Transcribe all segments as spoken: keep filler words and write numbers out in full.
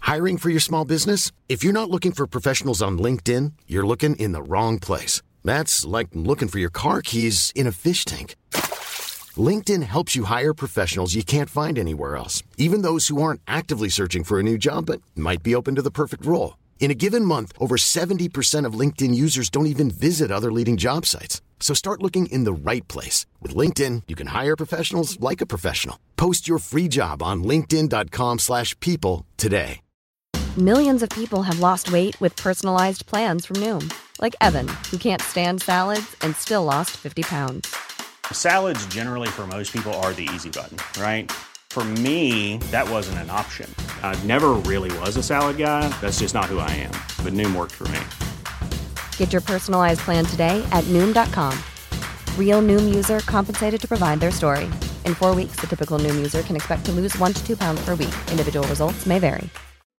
Hiring for your small business? If you're not looking for professionals on LinkedIn, you're looking in the wrong place. That's like looking for your car keys in a fish tank. LinkedIn helps you hire professionals you can't find anywhere else, even those who aren't actively searching for a new job but might be open to the perfect role. In a given month, over seventy percent of LinkedIn users don't even visit other leading job sites. So start looking in the right place. With LinkedIn, you can hire professionals like a professional. Post your free job on linkedin.com slash people today. Millions of people have lost weight with personalized plans from Noom. Like Evan, who can't stand salads and still lost fifty pounds. Salads generally for most people are the easy button, right? For me, that wasn't an option. I never really was a salad guy. That's just not who I am. But Noom worked for me. Get your personalized plan today at Noom dot com. Real Noom user compensated to provide their story. In four weeks, the typical Noom user can expect to lose one to two pounds per week. Individual results may vary.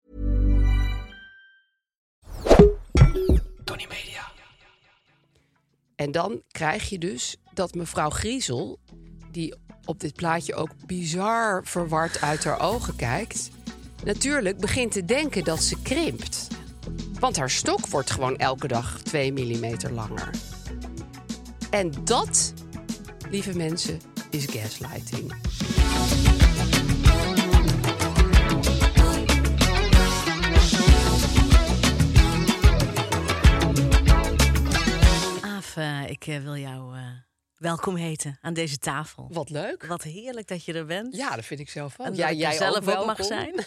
Tony Media. En dan krijg je dus dat mevrouw Griezel, die op dit plaatje ook bizar verward uit haar ogen kijkt, natuurlijk begint te denken dat ze krimpt. Want haar stok wordt gewoon elke dag twee millimeter langer. En dat, lieve mensen, is gaslighting. Aaf, uh, ik uh, wil jou uh, welkom heten aan deze tafel. Wat leuk. Wat heerlijk dat je er bent. Ja, dat vind ik zelf ook. En ja, dat jij je zelf ook, ook mag zijn.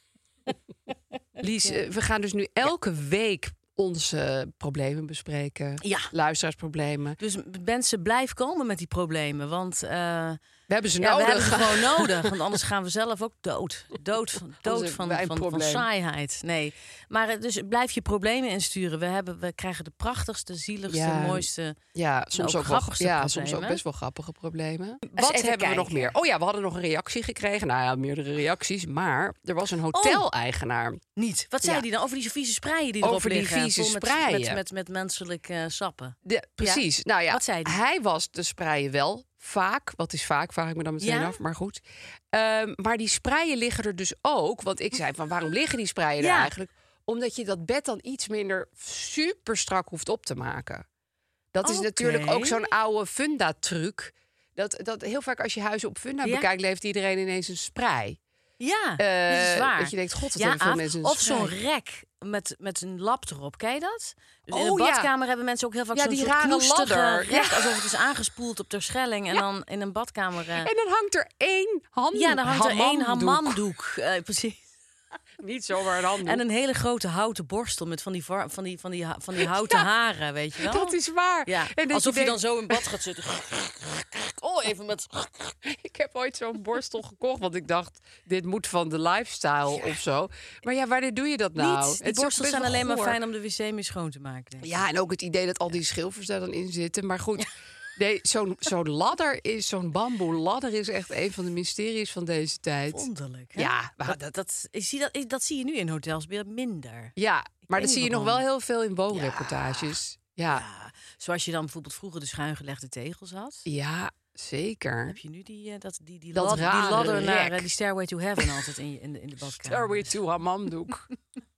Lies, uh, we gaan dus nu elke ja. week onze problemen bespreken. Ja. Luisteraarsproblemen. Dus mensen, blijf komen met die problemen. Want uh, we hebben ze ja, nodig. We hebben ze gewoon nodig. Want anders gaan we zelf ook dood. Dood van, dood van, van, van saaiheid. Nee. Maar dus blijf je problemen insturen. We, hebben, we krijgen de prachtigste, zieligste, ja. mooiste. Ja, soms ook, ook grappigste wel, ja, problemen. soms ook best wel grappige problemen. Eens Wat hebben kijken. we nog meer? Oh ja, we hadden nog een reactie gekregen. Nou ja, meerdere reacties. Maar er was een hoteleigenaar. Oh, niet. Wat zei ja. die dan over die vieze spreien die erop over die liggen? vieze Met, spreien. Met, met, met menselijke uh, sappen. De, precies. Ja? Nou ja, wat zei die? Hij was de spreien wel vaak. Wat is vaak? Vraag ik me dan meteen ja? af. Maar goed. Um, maar die spreien liggen er dus ook. Want ik zei van waarom liggen die spreien ja. er eigenlijk? Omdat je dat bed dan iets minder super strak hoeft op te maken. Dat is okay. natuurlijk ook zo'n oude funda-truc. Dat, dat heel vaak als je huizen op funda ja? bekijkt, leeft iedereen ineens een sprei. Ja, uh, dat is waar. Dat je denkt, god, dat ja, hebben veel mensen een Of sprei. zo'n rek met, met een lap erop. Ken je dat? Dus oh, in de badkamer ja. hebben mensen ook heel vaak ja, zo'n die soort rare ladder. rek. Ja. Alsof het is aangespoeld op de schelling. En ja. dan in een badkamer... Uh... En dan hangt er één hand. Ja, dan hangt er één hammamdoek. hammamdoek. Uh, precies. Niet zomaar een handdoek. En een hele grote houten borstel met van die, var- van die, van die, van die houten ja, haren, weet je wel? Dat is waar. Ja. En alsof je, je denkt... dan zo in bad gaat zitten. Oh, even met... Ik heb ooit zo'n borstel gekocht, want ik dacht, dit moet van de lifestyle ja. of zo. Maar ja, wanneer doe je dat nou? Niet. Die het borstels zijn alleen goor. maar fijn om de wc mee schoon te maken. Denk ik. Ja, en ook het idee dat al die schilfers daar dan in zitten. Maar goed... Ja. Nee, zo'n, zo'n ladder is, zo'n bamboe ladder is echt een van de mysteries van deze tijd. Wonderlijk, hè? Ja, maar dat, dat, dat, ik zie dat, dat zie je nu in hotels weer minder. Ja, ik maar dat zie je nog wel heel veel in woonreportages. Ja. Ja. ja. Zoals je dan bijvoorbeeld vroeger de schuingelegde tegels had. Ja, zeker. Heb je nu die, uh, dat, die, die, dat lad, die ladder rek. naar uh, die Stairway to Heaven altijd in, je, in, de, in de badkamer. Stairway to hammamdoek.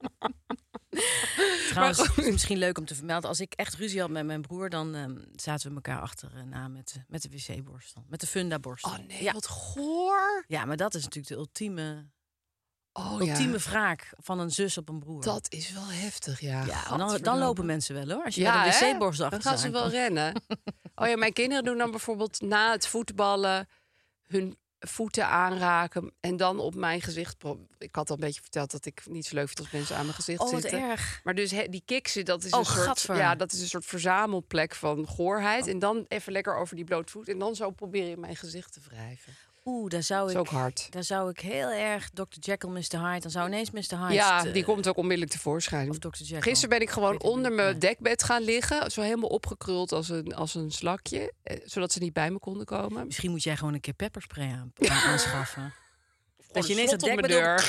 Trouwens, het is misschien leuk om te vermelden. Als ik echt ruzie had met mijn broer, dan um, zaten we elkaar achterna met, met de wc-borstel. Met de funda-borstel. Oh nee, ja. wat goor. Ja, maar dat is natuurlijk de ultieme, oh, ultieme ja. wraak van een zus op een broer. Dat is wel heftig, ja. Ja, dan, dan lopen mensen wel, hoor. Als je ja, met een wc-borstel achter dan gaan ze wel rennen. Oh ja, mijn kinderen doen dan bijvoorbeeld na het voetballen hun voeten aanraken en dan op mijn gezicht. Ik had al een beetje verteld dat ik niet zo leuk vind als mensen aan mijn gezicht oh, zitten. Wat erg. Maar dus he, die kiksen, dat is oh, een soort, gadver. ja, dat is een soort verzamelplek van goorheid. Oh. En dan even lekker over die blote voet en dan zo proberen in mijn gezicht te wrijven. Oeh, daar zou dat ik. is ook hard. Daar zou ik heel erg dokter Jekyll, mister Hyde. Dan zou ineens mister Hyde. Ja, te, die komt ook onmiddellijk tevoorschijn. Of dokter Jekyll. Gisteren ben ik gewoon onder mijn dekbed gaan liggen, zo helemaal opgekruld als een als een slakje, zodat ze niet bij me konden komen. Misschien moet jij gewoon een keer pepperspray aan, aanschaffen. Dat je ineens dat het dekbed deur.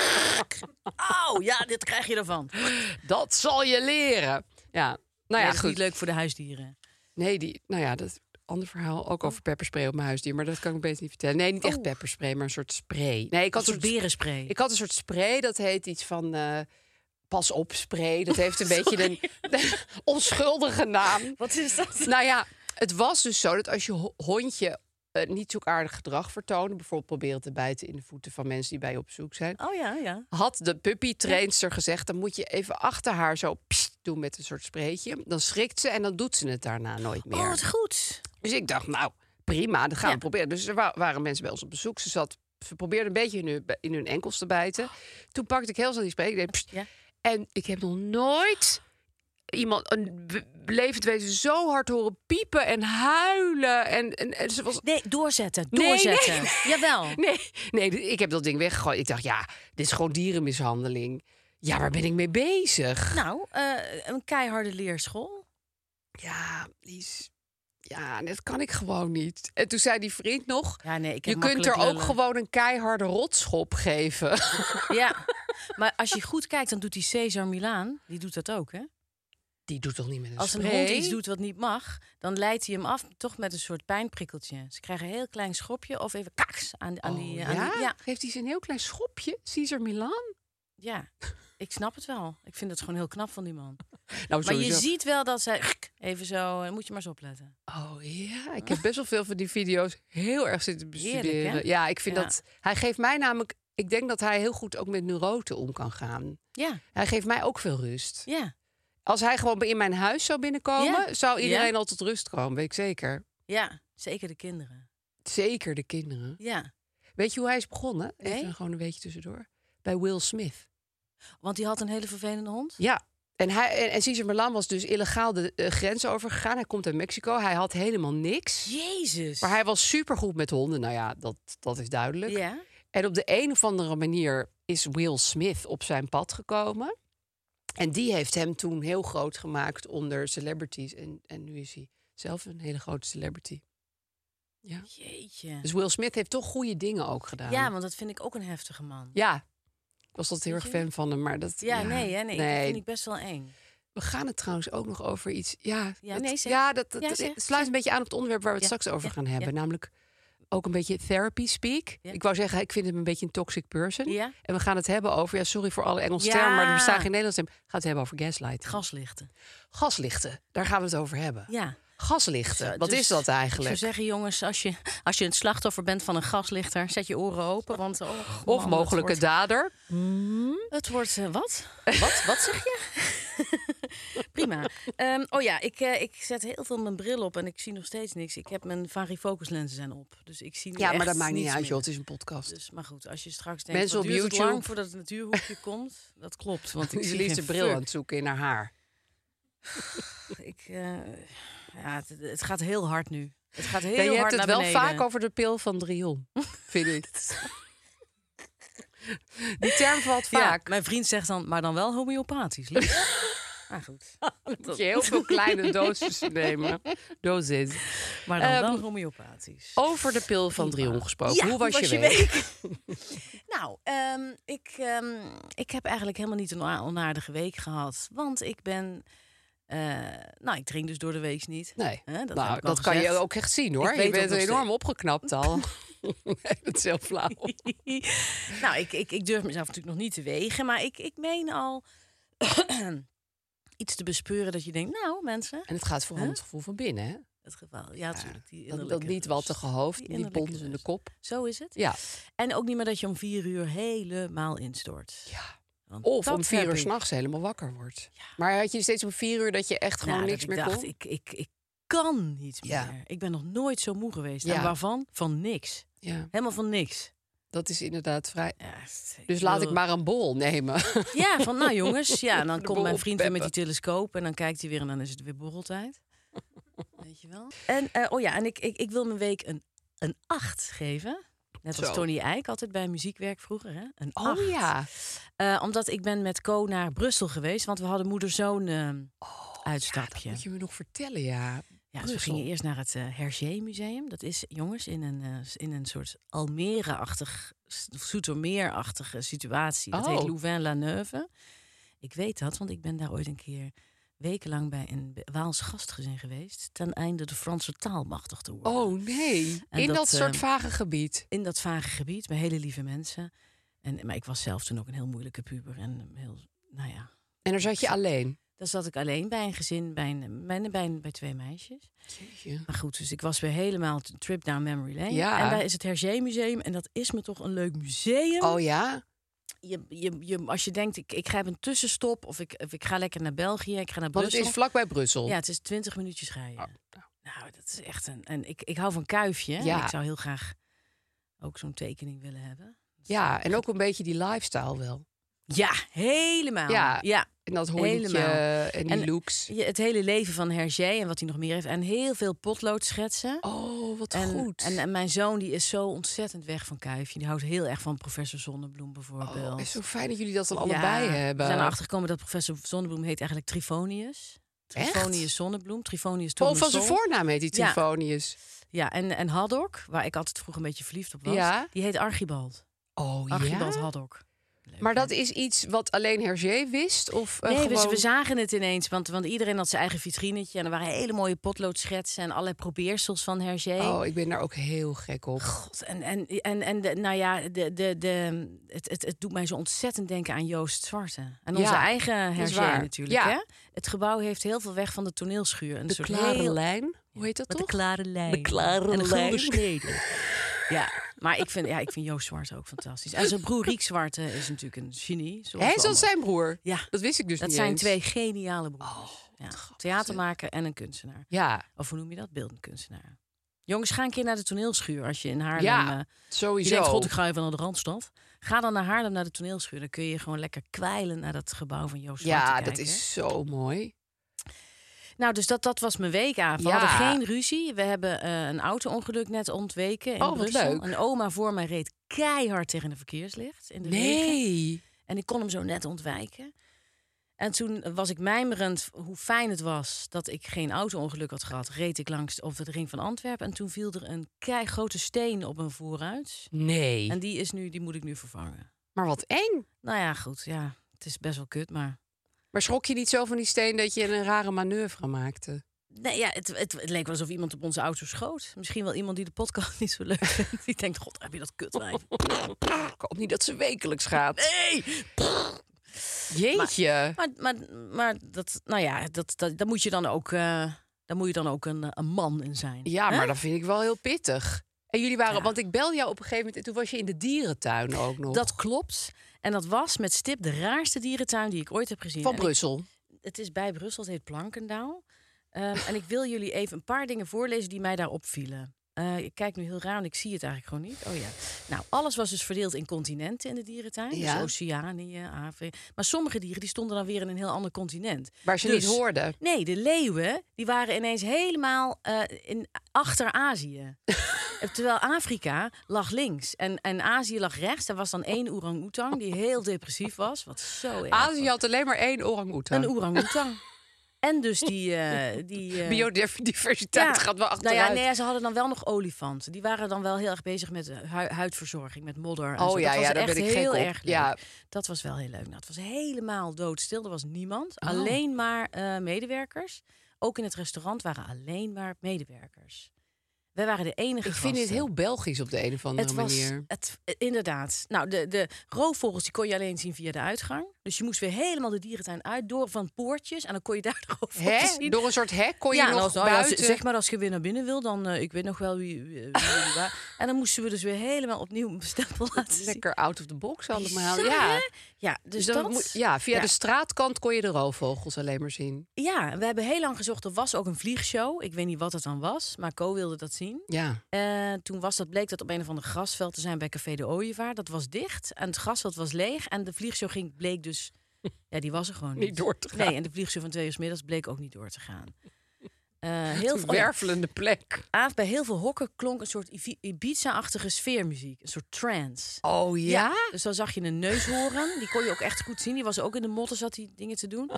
Oh, ja, dit krijg je ervan. Dat zal je leren. Ja, nou ja, nee, dat is goed. niet leuk voor de huisdieren. Nee, die, nou ja, dat ander verhaal, ook over pepperspray op mijn huisdier. Maar dat kan ik beter niet vertellen. Nee, niet echt oh. pepperspray, maar een soort spray. Nee, ik had een soort berenspray. Ik had een soort spray, dat heet iets van... Uh, pas op spray. Dat heeft een beetje een, een onschuldige naam. Wat is dat? Nou ja, het was dus zo dat als je hondje uh, niet zoekaardig gedrag vertoonde... bijvoorbeeld proberen te bijten in de voeten van mensen die bij je op zoek zijn... Oh ja, ja. had de puppytrainster ja. gezegd... dan moet je even achter haar zo pst, doen met een soort spreetje. Dan schrikt ze en dan doet ze het daarna nooit meer. Oh, wat goed. Dus ik dacht, nou, prima, dat gaan ja. we proberen. Dus er wa- waren mensen bij ons op bezoek. Ze, zat, ze probeerde een beetje in hun, in hun enkels te bijten. Toen pakte ik heel snel die spreek. Ik deed, pst, ja. En ik heb nog nooit iemand, een levend wezen, zo hard horen piepen en huilen. En, en, en ze was... Nee, doorzetten, doorzetten. Nee, nee. Jawel. Nee, nee, ik heb dat ding weggegooid. Ik dacht, ja, dit is gewoon dierenmishandeling. Ja, waar ben ik mee bezig? Nou, uh, een keiharde leerschool. Ja, die is... Ja, dat kan ik gewoon niet. En toen zei die vriend nog... Ja, nee, ik heb je kunt er lullen. ook gewoon een keiharde rotschop geven. Ja, maar als je goed kijkt, dan doet die Cesar Milaan... die doet dat ook, hè? Die doet toch niet met een Als spray? een hond iets doet wat niet mag... dan leidt hij hem af toch met een soort pijnprikkeltje. Ze krijgen een heel klein schopje of even kaks aan, aan oh, die... Aan ja? die, ja? Geeft hij ze een heel klein schopje? Cesar Milaan? Ja, ik snap het wel. Ik vind het gewoon heel knap van die man. Nou, maar je ziet wel dat zij... Even zo, moet je maar eens opletten. Oh ja, ik heb best wel veel van die video's heel erg zitten bestuderen. Heerlijk, ja, ik vind ja. dat... Hij geeft mij namelijk... Ik denk dat hij heel goed ook met neuroten om kan gaan. Ja. Hij geeft mij ook veel rust. Ja. Als hij gewoon in mijn huis zou binnenkomen... Ja. zou iedereen ja. al tot rust komen, weet ik zeker. Ja, zeker de kinderen. Zeker de kinderen. Ja. Weet je hoe hij is begonnen? Even nee? gewoon een beetje tussendoor. Bij Will Smith. Want die had een hele vervelende hond? Ja. En, hij, en, en Cesar Milaan was dus illegaal de uh, grens overgegaan. Hij komt uit Mexico. Hij had helemaal niks. Jezus. Maar hij was supergoed met honden. Nou ja, dat, dat is duidelijk. Ja. En op de een of andere manier is Will Smith op zijn pad gekomen. En die heeft hem toen heel groot gemaakt onder celebrities. En, en nu is hij zelf een hele grote celebrity. Ja. Jeetje. Dus Will Smith heeft toch goede dingen ook gedaan. Ja, want dat vind ik ook een heftige man. Ja. Ik was altijd heel erg fan van hem, maar dat... Ja, ja, nee, hè, nee, nee. dat vind ik best wel eng. We gaan het trouwens ook nog over iets... Ja, Ja, het, nee, zeg. ja dat, dat, Ja, dat zeg, sluit zeg. een beetje aan op het onderwerp waar we het Ja, straks over ja, gaan hebben. ja. Namelijk ook een beetje therapy speak. Ja. Ik wou zeggen, ik vind hem een beetje een toxic person. Ja. En we gaan het hebben over... Ja, sorry voor alle Engelse Ja. termen, maar er bestaan geen Nederlandse termen. We gaan het hebben over gaslighting. Gaslichten. Gaslichten, daar gaan we het over hebben. Ja. Gaslichten, Zo, wat dus is dat Ik eigenlijk? zou zeggen, jongens, als je, als je het slachtoffer bent van een gaslichter... zet je oren open, want... Oh, Of man, mogelijke het wordt, dader. Het wordt... Uh, wat? wat? Wat zeg je? Prima. Um, oh ja, ik, uh, ik zet heel veel mijn bril op en ik zie nog steeds niks. Ik heb mijn varifocus lenzen zijn op. Dus ik zie nu Ja, echt maar dat maakt niet niets uit, meer. joh. Het is een podcast. Dus, maar goed, als je straks denkt... Mensen wat op duurt het YouTube. lang voordat het natuurhoekje komt. Dat klopt, want ik Die zie liefst geen de bril fuck. aan het zoeken in haar haar. Ik, uh, ja, het, het gaat heel hard nu. Het gaat heel Ja, je hard hebt het naar wel beneden. vaak over de pil van Drion, vind ik. Die term valt Ja, vaak. mijn vriend zegt dan, maar dan wel homeopathisch. lief. Ah, goed. Dan moet je heel veel kleine dosissen nemen. Doses. Maar dan wel Um, homeopathisch. Over de pil van Drion gesproken. Ja, hoe was, je week? Nou, um, ik, um, ik heb eigenlijk helemaal niet een onaardige week gehad. Want ik ben... Uh, nou, ik drink dus door de week niet. Nee, Hè, dat, nou, heb ik al dat kan je gezegd. ook echt zien, hoor. Ik weet Je bent ook nog enorm steeds. opgeknapt al. Nee, dat is heel flauw. nou, ik, ik, ik durf mezelf natuurlijk nog niet te wegen. Maar ik, ik meen al iets te bespeuren dat je denkt... Nou, mensen... En het gaat vooral om het gevoel van binnen, hè? Het geval, ja, natuurlijk. Die Dat, innerlijke dat niet rust. wattige hoofd, Die die innerlijke bons in de rust. kop. Zo is het. Ja. En ook niet meer dat je om vier uur helemaal instort. Ja. Want Of dat om vier heb uur ik. s'nachts helemaal wakker wordt. Ja. Maar had je steeds om vier uur dat je echt gewoon Nou, niks dat meer ik dacht, kon? ik, ik, ik kan niet Ja. meer. Ik ben nog nooit zo moe geweest. Ja. En waarvan? Van niks. Ja, Helemaal van niks. dat is inderdaad vrij... Ja, het- Dus laat wil- ik maar een bol nemen. Ja, van nou jongens. Ja, en dan De komt boel mijn vriend weer met oppeppen. die telescoop. En dan kijkt hij weer en dan is het weer borreltijd. Weet je wel? En, eh, oh ja, en ik, ik, ik wil mijn week een, een acht geven. Net als Zo. Tony Eijk altijd bij muziekwerk vroeger. Hè? Een acht. Oh ja. Eh, omdat ik ben met Co naar Brussel geweest. Want we hadden moeder-zoon eh, Oh, uitstapje. dat moet je me nog vertellen, ja. Ja, dus we Brussel. gingen eerst naar het uh, Hergé Museum. Dat is, jongens, in een, uh, in een soort Almere-achtig, Zoetermeer-achtige situatie. Dat Oh. heet Louvain-la-Neuve. Ik weet dat, want ik ben daar ooit een keer wekenlang bij een Waals gastgezin geweest... ten einde de Franse taal machtig te worden. Oh nee, En in dat, dat, soort uh, vage gebied. In dat vage gebied, bij hele lieve mensen. En, maar ik was zelf toen ook een heel moeilijke puber. En heel, nou ja... En dan zat je alleen? Dan zat ik alleen bij een gezin, bij, een, bij, een, bij, een, bij twee meisjes. Jeetje. Maar goed, dus ik was weer helemaal een trip down memory lane. Ja. En daar is het Hergé Museum. En dat is me toch een leuk museum. Oh ja? Je, je, je, als je denkt, ik, ik ga een tussenstop... Of ik, of ik ga lekker naar België, ik ga naar Want Brussel. het is vlakbij Brussel. Ja, het is twintig minuutjes rijden. Oh, nou. Nou, dat is echt een... En ik, ik hou van kuifje. Ja. En ik zou heel graag ook zo'n tekening willen hebben. Ja, en ook een beetje die lifestyle wel. Ja, helemaal. Ja. ja. En dat hondje Helemaal. en die En- looks. Je- Het hele leven van Hergé en wat hij nog meer heeft. En heel veel potloodschetsen. Oh, wat En, goed. en, en mijn zoon die is zo ontzettend weg van kuifje. Die houdt heel erg van professor Zonnebloem bijvoorbeeld. Oh, is zo fijn dat jullie dat dan Ja, allebei We hebben. zijn erachter gekomen dat professor Zonnebloem heet eigenlijk Trifonius. Echt? Trifonius Zonnebloem. Trifonius Oh, van zijn Tournesol. voornaam heet hij Ja. Trifonius. Ja, en, en Haddock, waar ik altijd vroeger een beetje verliefd op was. Ja. Die heet Archibald. Oh Archibald ja? Haddock. Leuk, Maar hè? dat is iets wat alleen Hergé wist? Of eh, Nee, gewoon... dus we zagen het ineens, want, want iedereen had zijn eigen vitrinetje. En er waren hele mooie potloodschetsen en allerlei probeersels van Hergé. Oh, ik ben daar ook heel gek op. God, en, en, en, en de, nou ja, de, de, de, het, het, het doet mij zo ontzettend denken aan Joost Zwarte. En onze Ja, eigen is Hergé waar. natuurlijk. Ja. Hè? Het gebouw heeft heel veel weg van de toneelschuur. Een De soort klare heel, lijn. Hoe heet dat met toch? de klare lijn. De klare en een lijn. gulden snede. Ja, maar ik vind, ja, ik vind Joost Zwarte ook fantastisch. En zijn broer Riek Zwarte is natuurlijk een genie. zoals Hé, we is dat allemaal- zijn broer? Ja, Dat wist ik dus dat niet zijn eens. twee geniale broers. Oh, ja. grappig, Theatermaker en een kunstenaar. Ja, Of hoe noem je dat? Beeldend kunstenaar. Jongens, ga een keer naar de toneelschuur als je in Haarlem... ja eh, sowieso. je denkt, god, ik ga even naar de Randstad. Ga dan naar Haarlem, naar de toneelschuur. Dan kun je gewoon lekker kwijlen naar dat gebouw van Joost Zwarte ja, kijken. dat is zo mooi. Nou, dus dat, dat was mijn weekavond. We Ja. hadden geen ruzie. We hebben eh, een auto-ongeluk net ontweken in Oh, wat Brussel. leuk. Een oma voor mij reed keihard tegen een verkeerslicht in de regen. Nee. En ik kon hem zo net ontwijken. En toen was ik mijmerend hoe fijn het was dat ik geen auto-ongeluk had gehad. Reed ik langs op de ring van Antwerpen. En toen viel er een keigrote steen op mijn vooruit. Nee. En die, is nu, die moet ik nu vervangen. Maar wat eng. Nou ja, goed. Ja, het is best wel kut, maar... Maar schrok je niet zo van die steen dat je een rare manoeuvre maakte? Nee, ja, het, het, het leek wel alsof iemand op onze auto schoot. Misschien wel iemand die de podcast niet zo leuk vindt. Die denkt, god, heb je dat kutwijf? Ik hoop niet dat ze wekelijks gaat. Nee! Jeetje. Maar, maar, maar dat, nou ja, dat, dat, daar moet je dan ook, uh, daar moet je dan ook een, een man in zijn. Ja, hè? maar dat vind ik wel heel pittig. En jullie waren, Ja. want ik bel jou op een gegeven moment en toen was je in de dierentuin ook nog. Dat klopt. En dat was met stip de raarste dierentuin die ik ooit heb gezien. Van En ik- Brussel. het is bij Brussel, het heet Plankendaal. Um, en ik wil jullie even een paar dingen voorlezen die mij daar opvielen. Uh, ik kijk nu heel raar en ik zie het eigenlijk gewoon niet. Oh ja. Nou, alles was dus verdeeld in continenten in de dierentuin. Ja. Dus Oceanië, Afrika. Maar sommige dieren die stonden dan weer in een heel ander continent. Waar ze Dus- niet hoorden. Nee, de leeuwen die waren ineens helemaal uh, in, achter Azië. Terwijl Afrika lag links en, en Azië lag rechts. Er was dan één orang-oetang die heel depressief was. Wat zo erg Azië was. had alleen maar één orang-oetang. Een orang-oetang. En dus die... Uh, die uh, Biodiversiteit gaat wel achteruit. Nou ja, nee, ze hadden dan wel nog olifanten. Die waren dan wel heel erg bezig met hu- huidverzorging, met modder. En Oh zo. ja, dat was ja, daar echt ben ik gek heel op. erg leuk. Ja. Dat was wel heel leuk. Nou, het was helemaal doodstil. Er was niemand. Oh. Alleen maar uh, medewerkers. Ook in het restaurant waren alleen maar medewerkers. Wij waren de enige Ik vind dit gasten. heel Belgisch op de een of andere Het was, manier. het, inderdaad. Nou, de, de roofvogels die kon je alleen zien via de uitgang. Dus je moest weer helemaal de dierentuin uit, door van poortjes. En dan kon je daar de roofvogels Hè? zien. Door een soort hek kon je ja, nog als, nou ja, buiten... z- zeg maar als je weer naar binnen wil, dan uh, ik weet nog wel wie, wie, wie jullie waren. En dan moesten we dus weer helemaal opnieuw een stempel laten zien. Lekker out of the box allemaal. Bizar, Ja. hè? Ja, dus Dus dan dat... moet- ja, via ja. de straatkant kon je de roofvogels alleen maar zien. Ja, we hebben heel lang gezocht. Er was ook een vliegshow. Ik weet niet wat het dan was, maar Co wilde dat zien. Ja. Uh, toen was dat, bleek dat op een of ander grasveld te zijn bij Café de Ooievaar. Dat was dicht en het grasveld was leeg. En de vliegshow ging, bleek dus... Ja, die was er gewoon niet. Niet door te gaan. Nee, en de vliegshow van twee uur 's middags bleek ook niet door te gaan. Uh, heel Een veel, oh ja, wervelende plek. Aaf, bij heel veel hokken klonk een soort Ibi- Ibiza-achtige sfeermuziek. Een soort trance. Oh ja? Dus dan zag je een neushoorn. Die kon je ook echt goed zien. Die was ook in de motten, zat die dingen te doen.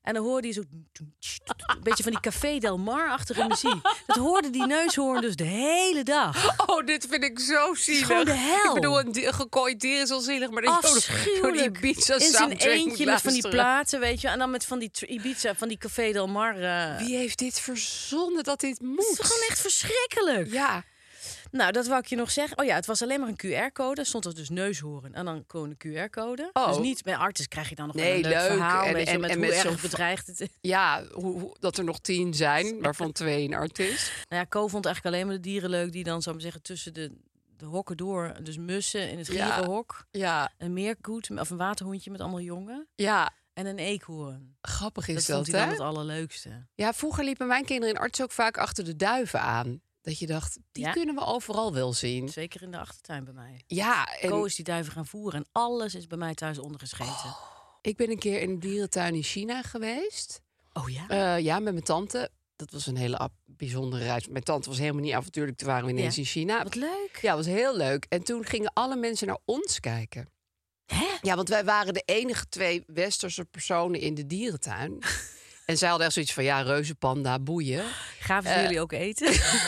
En dan hoorde hij zo... een beetje van die Café Del Mar-achtige muziek. Dat hoorde die neushoorn dus de hele dag. Oh, dit vind ik zo zielig. gewoon de hel. Ik bedoel, een, di- een gekooid dier is al zielig, maar dat je ook nog door die Ibiza In zijn soundtrack moet eentje met van die luisteren. platen, weet je. En dan met van die tr- Ibiza, van die Café Del Mar. Uh... Wie heeft dit verzonnen dat dit moet? Het is gewoon echt verschrikkelijk. Ja. Nou, dat wou ik je nog zeggen. Oh ja, het was alleen maar een Q R-code. Stond er dus neushoorn en dan gewoon een Q R-code. Oh. Dus niet bij Artis krijg je dan nog Nee, wel een leuk, leuk. verhaal. En- weet je, en- met en hoe met erg zo'n- bedreigd het is. Ja, hoe, hoe- dat er nog tien zijn, waarvan twee een artiest. Nou ja, Co vond eigenlijk alleen maar de dieren leuk die dan, zou ik maar zeggen, tussen de, de hokken door. Dus mussen in het Ja. gierenhok. Ja, Een meerkoet of een waterhoentje met allemaal jongen. ja. En een eekhoorn. Grappig is Dat dat, vond hij dan hè? het allerleukste. Ja, vroeger liepen mijn kinderen in arts ook vaak achter de duiven aan. Dat je dacht, die Ja. kunnen we overal wel zien. Zeker in de achtertuin bij mij. Ja, en Co is die duiven gaan voeren en alles is bij mij thuis ondergescheten. ik ben een keer in een dierentuin in China geweest. Oh ja? Eh, ja, met mijn tante. Dat was een hele ap- bijzondere reis. Mijn tante was helemaal niet avontuurlijk. Toen waren we ineens Ja. in China. Wat leuk. Ja, was heel leuk. En toen gingen alle mensen naar ons kijken. Hè? Ja, want wij waren de enige twee westerse personen in de dierentuin. En zij hadden echt zoiets van, ja, reuzenpanda, boeien. Gaven ze Eh. jullie ook eten?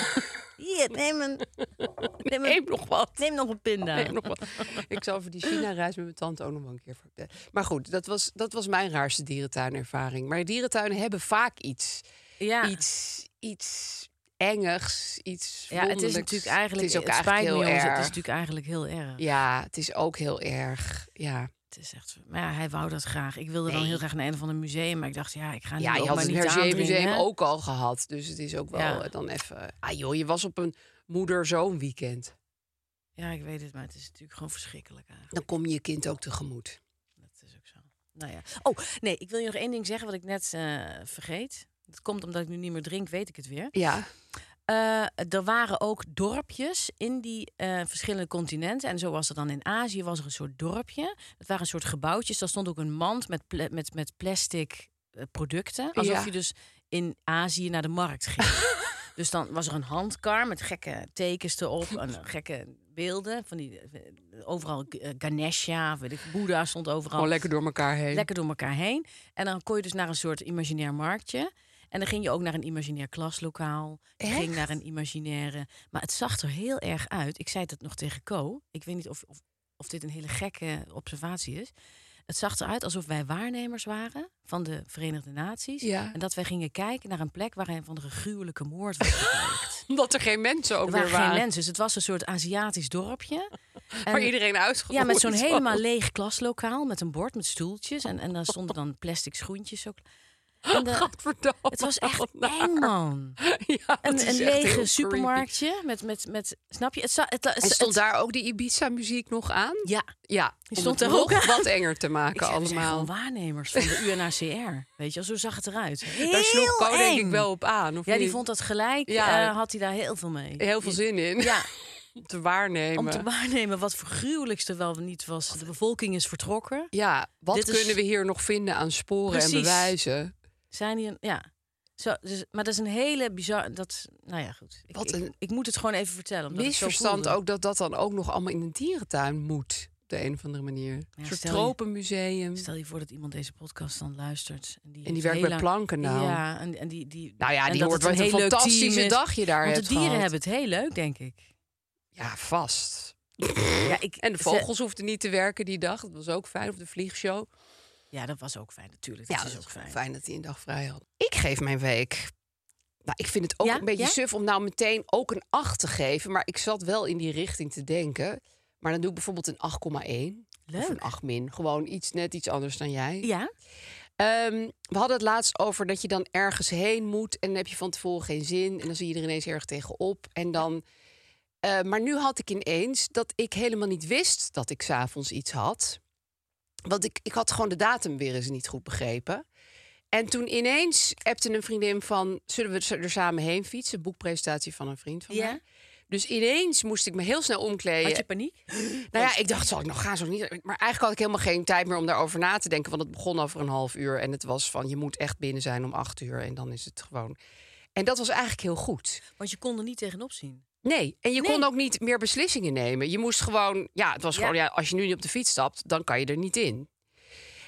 Hier, neem een, neem, Neem een, nog wat. neem nog een pinda. Neem nog wat. Ik zal voor die China-reis met mijn tante ook nog wel een keer vertellen. Maar goed, dat was, dat was mijn raarste dierentuinervaring. Maar dierentuinen hebben vaak iets. Ja. Iets, iets engigs, iets Ja, het is wonderlijks. natuurlijk eigenlijk... Het is ook het eigenlijk spijt me, heel jongens, erg. Het is natuurlijk eigenlijk heel erg. Ja, het is ook heel erg. Ja, Het is echt... Maar ja, hij wou dat graag. Ik wilde dan Nee. heel graag naar een of ander museum. Maar ik dacht, ja, ik ga niet ja je ook had maar het niet Hergé aandringen, Museum hè? ook al gehad. Dus het is ook wel Ja. eh, dan even... Ah joh, je was op een moeder-zoon weekend. Ja, ik weet het, maar het is natuurlijk gewoon verschrikkelijk eigenlijk. Dan kom je je kind ook tegemoet. Dat is ook zo. Nou ja. Oh, nee, ik wil je nog één ding zeggen wat ik net eh, vergeet. Dat komt omdat ik nu niet meer drink, weet ik het weer. Ja. Eh, er waren ook dorpjes in die eh, verschillende continenten. En zo was er dan in Azië was er een soort dorpje. Dat waren een soort gebouwtjes. Daar stond ook een mand met, pla- met, met plastic eh, producten. Alsof Ja. je dus in Azië naar de markt ging. Dus dan was er een handkar met gekke tekens erop. En gekke beelden. Van die, eh, overal eh, Ganesha, weet ik, Boeddha stond overal. Gewoon lekker door elkaar heen. Lekker door elkaar heen. En dan kon je dus naar een soort imaginair marktje. En dan ging je ook naar een imaginair klaslokaal. Je Echt? ging naar een imaginaire... Maar het zag er heel erg uit. Ik zei dat nog tegen Co. Ik weet niet of, of, of dit een hele gekke observatie is. Het zag eruit alsof wij waarnemers waren van de Verenigde Naties. Ja. En dat wij gingen kijken naar een plek waar een van de gruwelijke moord was gepleegd. Omdat er geen mensen ook Er meer waren waren. geen mensen. Dus het was een soort Aziatisch dorpje. Waar iedereen uitgegroeid Ja, met zo'n was. helemaal leeg klaslokaal. Met een bord met stoeltjes. En, en daar stonden dan plastic schoentjes ook. En de- Gadverdamme. het was echt eng, man. Ja, dat Een, is een echt heel lege creepy. supermarktje met, met, met... Snap je? Het, za- het, het, En stond het- daar ook die Ibiza-muziek nog aan? Ja. Ja, Die om stond het er ook nog aan. wat enger te Ik maken zei, we zijn allemaal. gewoon waarnemers van de U N H C R. Weet je, zo zag het eruit. Heel Daar sloeg Co denk ik eng. wel op aan. Of Ja, die niet? vond dat gelijk. Ja. eh, had hij daar heel veel mee. heel veel zin in Ja, om te waarnemen. om te waarnemen wat voor gruwelijks er wel niet was. De bevolking is vertrokken. Ja, wat Dit is- kunnen we hier nog vinden aan sporen Precies. en bewijzen? Zijn die een... Ja. Zo, dus, maar dat is een hele bizar... Dat, nou ja, goed. Ik, Wat ik, een ik moet het gewoon even vertellen. Omdat ik zo Misverstand voelde. ook dat dat dan ook nog allemaal in een dierentuin moet. Op de een of andere manier. Een soort stel je- tropenmuseum. Stel je voor dat iemand deze podcast dan luistert. En die, En die heeft werkt heel bij lang- Plankendaal. Ja, en, en die, die, Nou ja, en die dat hoort het wat een heel leuk team fantastische is. dag je daar Want hebt de dieren gehad. hebben het heel leuk, denk ik. Ja, vast. Ja, ik, En de ze- vogels hoefden niet te werken die dag. Dat was ook fijn. Of de vliegshow. Ja, dat was ook fijn natuurlijk. Dat Ja, is dat ook is fijn. fijn dat hij een dag vrij had. Ik geef mijn week. Nou, ik vind het ook Ja? een beetje Ja? suf om nou meteen ook een acht te geven. Maar ik zat wel in die richting te denken. Maar dan doe ik bijvoorbeeld een acht komma één. Of Leuk. een acht min. Gewoon iets net iets anders dan jij. Ja? Ehm, we hadden het laatst over dat je dan ergens heen moet. En dan heb je van tevoren geen zin. En dan zie je er ineens erg tegenop. En dan... eh, maar nu had ik ineens dat ik helemaal niet wist dat ik 's avonds iets had. Want ik, ik had gewoon de datum weer eens niet goed begrepen. En toen ineens appte een vriendin van... zullen we er samen heen fietsen? Een boekpresentatie van een vriend van Ja? mij. Dus ineens moest ik me heel snel omkleden. Had je paniek? Nou ja, ik dacht, zal ik nog gaan, zal ik niet? Maar eigenlijk had ik helemaal geen tijd meer om daarover na te denken. Want het begon over een half uur. En het was van, je moet echt binnen zijn om acht uur. En dan is het gewoon... En dat was eigenlijk heel goed. Want je kon er niet tegenop zien. Nee, en je Nee. kon ook niet meer beslissingen nemen. Je moest gewoon... Ja, het was Ja. gewoon, ja, als je nu niet op de fiets stapt, dan kan je er niet in.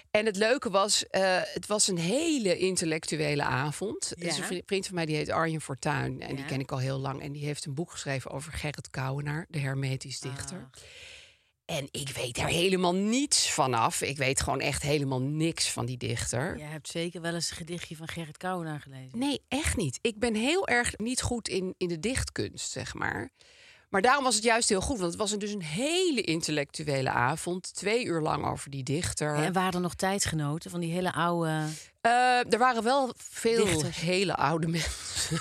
En het leuke was, uh, het was een hele intellectuele avond. Ja. Er is een vri- vriend van mij, die heet Arjen Fortuyn. En Ja. die ken ik al heel lang. En die heeft een boek geschreven over Gerrit Kouwenaar, de hermetisch dichter. Ach. En ik weet er helemaal niets vanaf. Ik weet gewoon echt helemaal niks van die dichter. Jij hebt zeker wel eens een gedichtje van Gerrit Kouwenaar gelezen. Nee, echt niet. Ik ben heel erg niet goed in, in de dichtkunst, zeg maar. Maar daarom was het juist heel goed. Want het was een, dus een hele intellectuele avond. Twee uur lang over die dichter. En waren er nog tijdgenoten van die hele oude... Uh, er waren wel veel Dichters. hele oude mensen.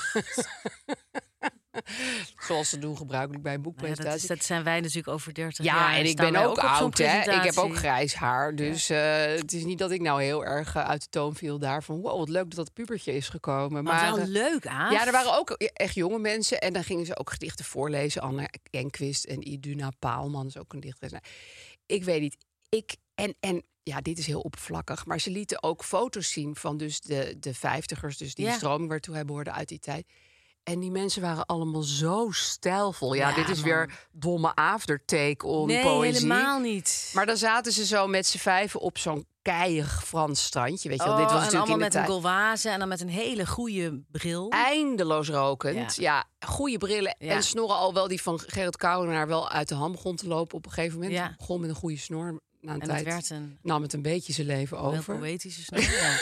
Zoals ze doen gebruikelijk bij een Nou ja, boekpresentatie. dat, is, dat zijn wij natuurlijk over dertig Ja, jaar. en ik Staan ben wij ook op zo'n oud, hè. Ik heb ook presentatie. grijs haar. Dus uh, het is niet dat ik nou heel erg uh, uit de toon viel daarvan. Wow, wat leuk dat dat pubertje is gekomen. Maar, Maar, wel uh, leuk, Aaf. ja, er waren ook echt jonge mensen. En dan gingen ze ook gedichten voorlezen. Anne Enquist en Iduna Paalman is ook een dichteres. Nou, ik weet niet. Ik, en, en ja, dit is heel oppervlakkig. Maar ze lieten ook foto's zien van dus de, de vijftigers. Dus die Ja. stroming waartoe hij behoorde uit die tijd. En die mensen waren allemaal zo stijlvol. Ja, Ja, dit is man. weer domme aftertake on nee, poëzie. helemaal niet. Maar dan zaten ze zo met z'n vijven op zo'n keiig Frans strandje. Weet je wel, oh, dit was en natuurlijk allemaal in de met een tijd. golwaze en dan met een hele goede bril. Eindeloos rokend. Ja, Ja. goede brillen. Ja. En snorren al wel die van Gerrit Kouwenaar wel uit de hand begon te lopen op een gegeven moment. Ja. Begon met een goede snor. Na een En tijd het werd een nam het een beetje zijn leven heel over. poëtische snor. Ja.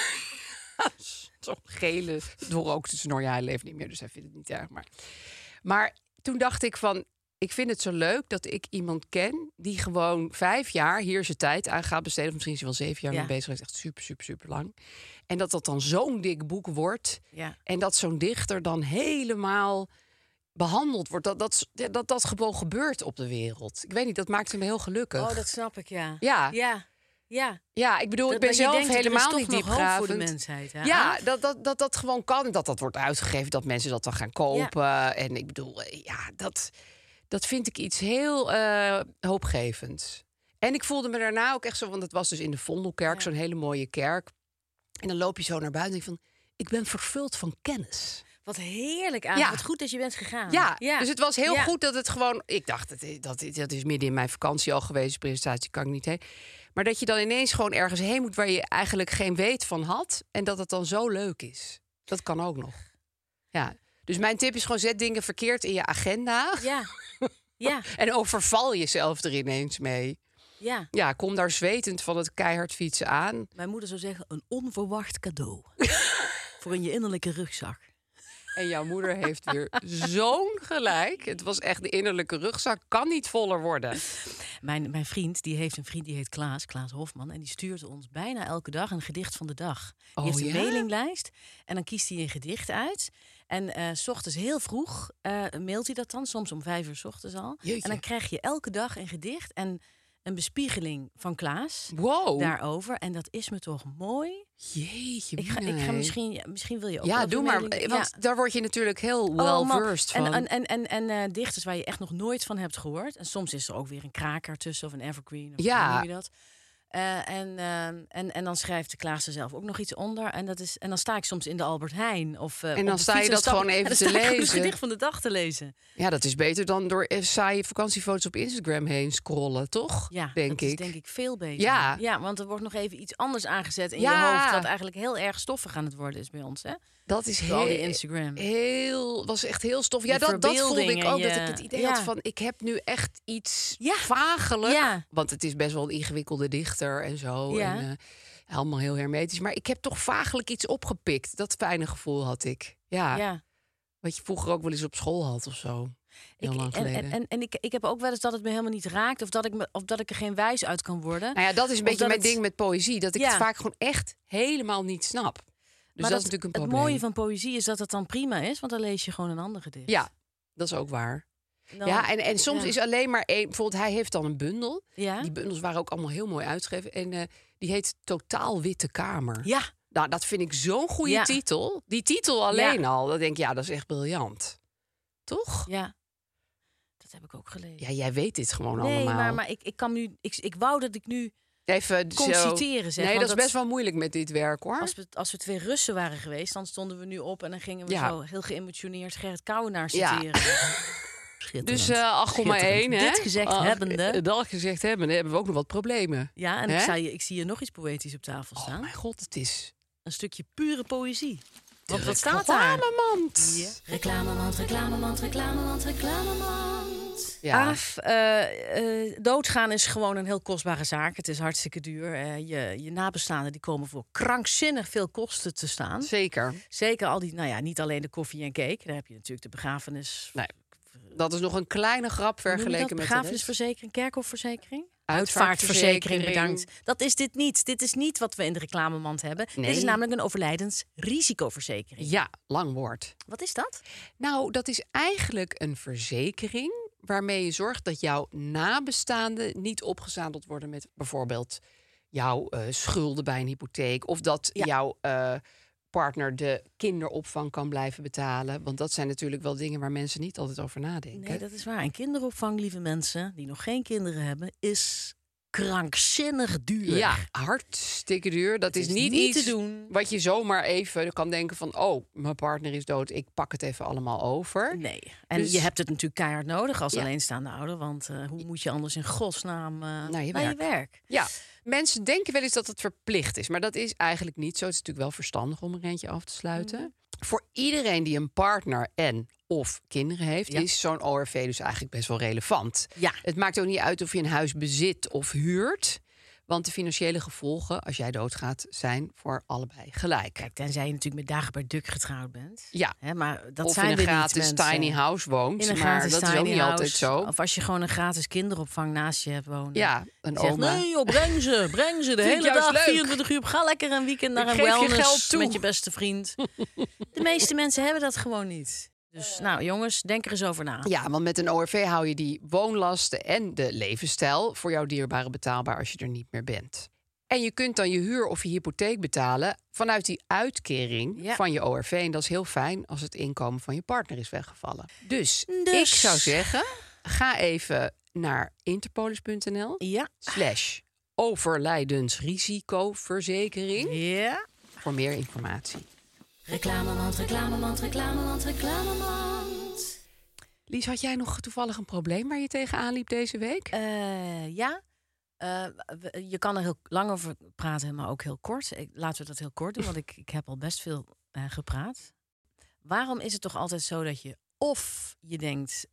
Zo'n gele, doorrookte snor. Ja, hij leeft niet meer, dus hij vindt het niet erg. Maar, maar toen dacht ik van, ik vind het zo leuk dat ik iemand ken die gewoon vijf jaar hier zijn tijd aan gaat besteden. Of misschien is hij wel zeven jaar Ja. mee bezig. Hij is echt super, super, super lang. En dat dat dan zo'n dik boek wordt. Ja. En dat zo'n dichter dan helemaal behandeld wordt. Dat dat, dat dat gewoon gebeurt op de wereld. Ik weet niet, dat maakte me heel gelukkig. Oh, dat snap ik, ja. Ja. Ja. Ja. Ja, ik bedoel, Dat- ik ben dat je zelf denkt, er is helemaal toch niet nog hoop diepgravend. voor de mensheid, hè? Ja, Aaf? dat, dat, dat dat gewoon kan. Dat dat wordt uitgegeven, dat mensen dat dan gaan kopen. En ik bedoel, eh, ja, dat, dat vind ik iets heel eh, hoopgevends. En ik voelde me daarna ook echt zo, want het was dus in de Vondelkerk, Ja. zo'n hele mooie kerk. En dan loop je zo naar buiten en denk je van, ik ben vervuld van kennis. Wat heerlijk, Aaf. Ja. Wat goed dat je bent gegaan. Ja, dus het was heel Ja. goed dat het gewoon... Ik dacht, dat, dat, dat is midden in mijn vakantie al geweest. De presentatie kan ik niet heen. Maar dat je dan ineens gewoon ergens heen moet... waar je eigenlijk geen weet van had. En dat het dan zo leuk is. Dat kan ook nog. Ja. Dus mijn tip is gewoon, zet dingen verkeerd in je agenda. Ja. Ja. En overval jezelf er ineens mee. Ja. Ja, kom daar zwetend van het keihard fietsen aan. Mijn moeder zou zeggen, een onverwacht cadeau. Voor in je innerlijke rugzak. En jouw moeder heeft weer zo'n gelijk. Het was echt de innerlijke rugzak. Kan niet voller worden. Mijn, mijn vriend, die heeft een vriend die heet Klaas, Klaas Hofman. En die stuurt ons bijna elke dag een gedicht van de dag. Die Oh, heeft een ja? mailinglijst. En dan kiest hij een gedicht uit. En eh, s ochtends heel vroeg eh, mailt hij dat dan. Soms om vijf uur 's ochtends al. Jeetje. En dan krijg je elke dag een gedicht en een bespiegeling van Klaas Wow. daarover. En dat is me toch mooi. Jeetje, Ik ga, ik ga Minai. misschien, ja, misschien wil je ook Ja, wel doe zo'n maar. mailing- Want Ja. daar word je natuurlijk heel Oh, well man. versed en, van. En, en, en, en eh, dichters waar je echt nog nooit van hebt gehoord. En soms is er ook weer een kraker tussen of een evergreen. Of Ja. hoe noem je dat? Eh, en, eh, en, en dan schrijft de Klaas er zelf ook nog iets onder. En, dat is, en dan sta ik soms in de Albert Heijn. Of, eh, En dan op de sta je fiets en dat stap- gewoon en even dan te sta ik ook het lezen. gedicht van de dag te lezen. Ja, dat is beter dan door even saaie vakantiefoto's op Instagram heen scrollen, toch? Ja, denk dat ik. is denk ik veel beter. Ja. ja, want er wordt nog even iets anders aangezet in Ja. je hoofd. Dat eigenlijk heel erg stoffig aan het worden is bij ons. Hè? Dat is Door al die heel, Instagram. heel, was echt heel stof. Ja, Die dat, dat voelde ik verbeelding en ook. Dat je- ik het idee ja. had van, ik heb nu echt iets Ja. vagelijk. Ja. Want het is best wel een ingewikkelde dichter en zo. Ja. En, eh, allemaal heel hermetisch. Maar ik heb toch vagelijk iets opgepikt. Dat fijne gevoel had ik. Ja. Ja. Wat je vroeger ook wel eens op school had of zo. Heel Ik- lang en geleden. en, en, en ik, ik heb ook wel eens dat het me helemaal niet raakt. Of dat ik, me, of dat ik er geen wijs uit kan worden. Nou ja, dat is een Of beetje dat mijn het- ding met poëzie. Dat ik Ja. het vaak gewoon echt helemaal niet snap. Dus maar dat, is natuurlijk een het probleem. mooie van poëzie is dat het dan prima is. Want dan lees je gewoon een ander gedicht. Ja, dat is ook waar. Dan- ja, en, en soms ja. is alleen maar één... Bijvoorbeeld, hij heeft dan een bundel. Ja? Die bundels waren ook allemaal heel mooi uitgegeven. En eh, die heet Totaal Witte Kamer. Ja. Nou, dat vind ik zo'n goede Ja. titel. Die titel alleen Ja. al. Dan denk ik, ja, dat is echt briljant. Toch? Ja. Dat heb ik ook gelezen. Ja, jij weet dit gewoon nee, allemaal. maar, maar ik, ik kan nu... Ik, ik wou dat ik nu Even kon zo... citeren, zeg. Nee, want dat is best wel moeilijk met dit werk, hoor. Als we, als we twee Russen waren geweest, dan stonden we nu op... en dan gingen we Ja. zo heel geëmotioneerd Gerrit Kouwenaar Ja. citeren. Schitterend. Dus uh, acht komma één, hè? Dit gezegd Ach, hebbende. Dat gezegd hebbende hebben we ook nog wat problemen. Ja, en Hè? ik, sta je, ik zie hier nog iets poëtisch op tafel staan. Oh mijn god, het is... Een stukje pure poëzie. Want de wat staat daar? reclamemand. Ja. Reclamemand, reclamemand, reclamemand, reclamemand. Ja. Aaf, uh, uh, doodgaan is gewoon een heel kostbare zaak. Het is hartstikke duur. Uh, je, je nabestaanden die komen voor krankzinnig veel kosten te staan. Zeker. Zeker al die, nou ja, niet alleen de koffie en cake. Daar heb je natuurlijk de begrafenis. Nee, dat is nog een kleine grap vergeleken met de rest. Begrafenisverzekering, kerkhofverzekering. Uitvaartverzekering. Bedankt. Dat is dit niet. Dit is niet wat we in de reclamemand hebben. Nee. Dit is namelijk een overlijdensrisicoverzekering. Ja, lang woord. Wat is dat? Nou, dat is eigenlijk een verzekering waarmee je zorgt dat jouw nabestaanden niet opgezadeld worden met bijvoorbeeld jouw uh, schulden bij een hypotheek. Of dat Ja. jouw uh, partner de kinderopvang kan blijven betalen. Want dat zijn natuurlijk wel dingen waar mensen niet altijd over nadenken. Nee, dat is waar. En kinderopvang, lieve mensen die nog geen kinderen hebben, is krankzinnig duur. Ja, hartstikke duur. Dat is, is niet, niet iets te doen. wat je zomaar even kan denken van... oh, mijn partner is dood, ik pak het even allemaal over. Nee. En Dus- je hebt het natuurlijk keihard nodig als Ja. alleenstaande ouder. Want uh, hoe moet je anders in godsnaam uh, Naar je naar je werk. werk? Ja, mensen denken wel eens dat het verplicht is. Maar dat is eigenlijk niet zo. Het is natuurlijk wel verstandig om er eentje af te sluiten. Mhm. Voor iedereen die een partner en of kinderen heeft... Ja. is zo'n O R V dus eigenlijk best wel relevant. Ja. Het maakt ook niet uit of je een huis bezit of huurt... Want de financiële gevolgen, als jij doodgaat, zijn voor allebei gelijk. Kijk, tenzij je natuurlijk met Dagobert Duck getrouwd bent. Ja. Hè, maar dat of zijn in een we niet, gratis mensen. tiny house woont. In een maar gratis dat is tiny ook niet house. altijd zo. Of als je gewoon een gratis kinderopvang naast je hebt wonen. Ja, een Zegt, oma. nee joh, breng ze, breng ze de Vind ik hele juist dag, leuk. vierentwintig uur. Ga lekker een weekend naar Ik een geef je wellness geld toe. met je beste vriend. De meeste mensen hebben dat gewoon niet. Dus nou jongens, denk er eens over na. Ja, want met een O R V hou je die woonlasten en de levensstijl... voor jouw dierbare betaalbaar als je er niet meer bent. En je kunt dan je huur of je hypotheek betalen... vanuit die uitkering Ja. van je O R V. En dat is heel fijn als het inkomen van je partner is weggevallen. Dus, Dus. ik zou zeggen, ga even naar interpolis punt n l... Ja. slash overlijdensrisicoverzekering... Ja. voor meer informatie. Reclamemand, reclamemand, reclamemand, reclamemand. Lies, had jij nog toevallig een probleem waar je tegenaan liep deze week? Uh, ja. Uh, we- je kan er heel lang over praten, maar ook heel kort. Ik, laten we dat heel kort doen, want ik, ik heb al best veel uh, gepraat. Waarom is het toch altijd zo dat je of je denkt...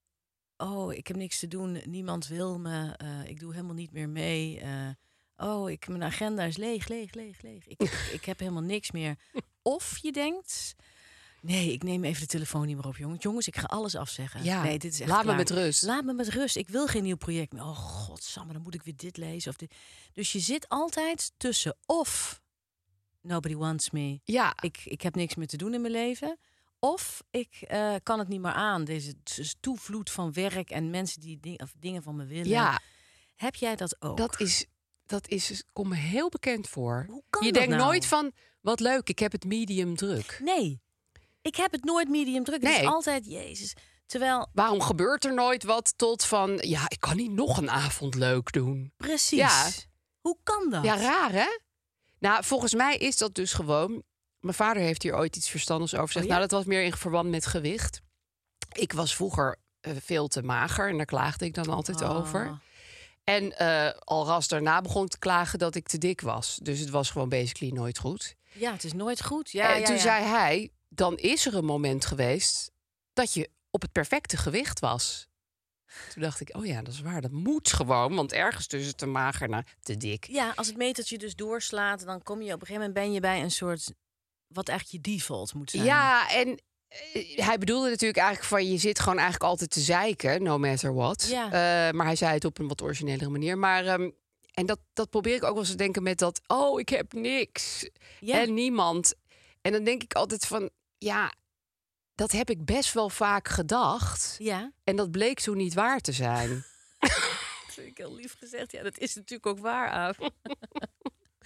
oh, ik heb niks te doen, niemand wil me, uh, ik doe helemaal niet meer mee... Uh, oh, ik, mijn agenda is leeg, leeg, leeg, leeg. Ik, ik, ik heb helemaal niks meer. Of je denkt... nee, ik neem even de telefoon niet meer op, jongens. Jongens, ik ga alles afzeggen. Ja, nee, dit is echt laat me klaar. met rust. Laat me met rust. Ik wil geen nieuw project meer. Oh, godsamme, dan moet ik weer dit lezen. Of dit. Dus je zit altijd tussen of... nobody wants me. Ja, Ik, ik heb niks meer te doen in mijn leven. Of ik uh, kan het niet meer aan. Deze t- toevloed van werk en mensen die ding, of dingen van me willen. ja Heb jij dat ook? dat is, dat is, komt me heel bekend voor. Hoe kan je dat denkt nou? nooit van, wat leuk, ik heb het medium druk. Nee. Ik heb het nooit medium druk. Het Nee. is altijd, jezus. Terwijl, Waarom gebeurt er nooit wat tot van... ja, ik kan niet nog een avond leuk doen. precies. Ja. Hoe kan dat? Ja, raar hè? Nou, volgens mij is dat dus gewoon... Mijn vader heeft hier ooit iets verstandigs over gezegd. Oh ja? Nou, dat was meer in verband met gewicht. Ik was vroeger uh, veel te mager en daar klaagde ik dan altijd Ah. over. En uh, al ras daarna begon ik te klagen dat ik te dik was. Dus het was gewoon basically nooit goed. Ja, het is nooit goed. Ja, en ja, toen ja. zei hij, dan is er een moment geweest... dat je op het perfecte gewicht was. Toen dacht ik, oh ja, dat is waar. Dat moet gewoon, want ergens tussen te mager naar te dik. Ja, als het metertje dus doorslaat, dan kom je op een gegeven moment ben je bij een soort wat eigenlijk je default moet zijn. Ja, en eh, hij bedoelde natuurlijk eigenlijk van... je zit gewoon eigenlijk altijd te zeiken, no matter what. Ja. Eh, maar hij zei het op een wat originelere manier. Maar, ehm, en dat, dat probeer ik ook wel eens te denken met dat... oh, ik heb niks Ja. en niemand. En dan denk ik altijd van, ja... dat heb ik best wel vaak gedacht. Ja. En dat bleek toen niet waar te zijn. Dat vind ik heel lief gezegd. Ja, dat is natuurlijk ook waar, Aaf.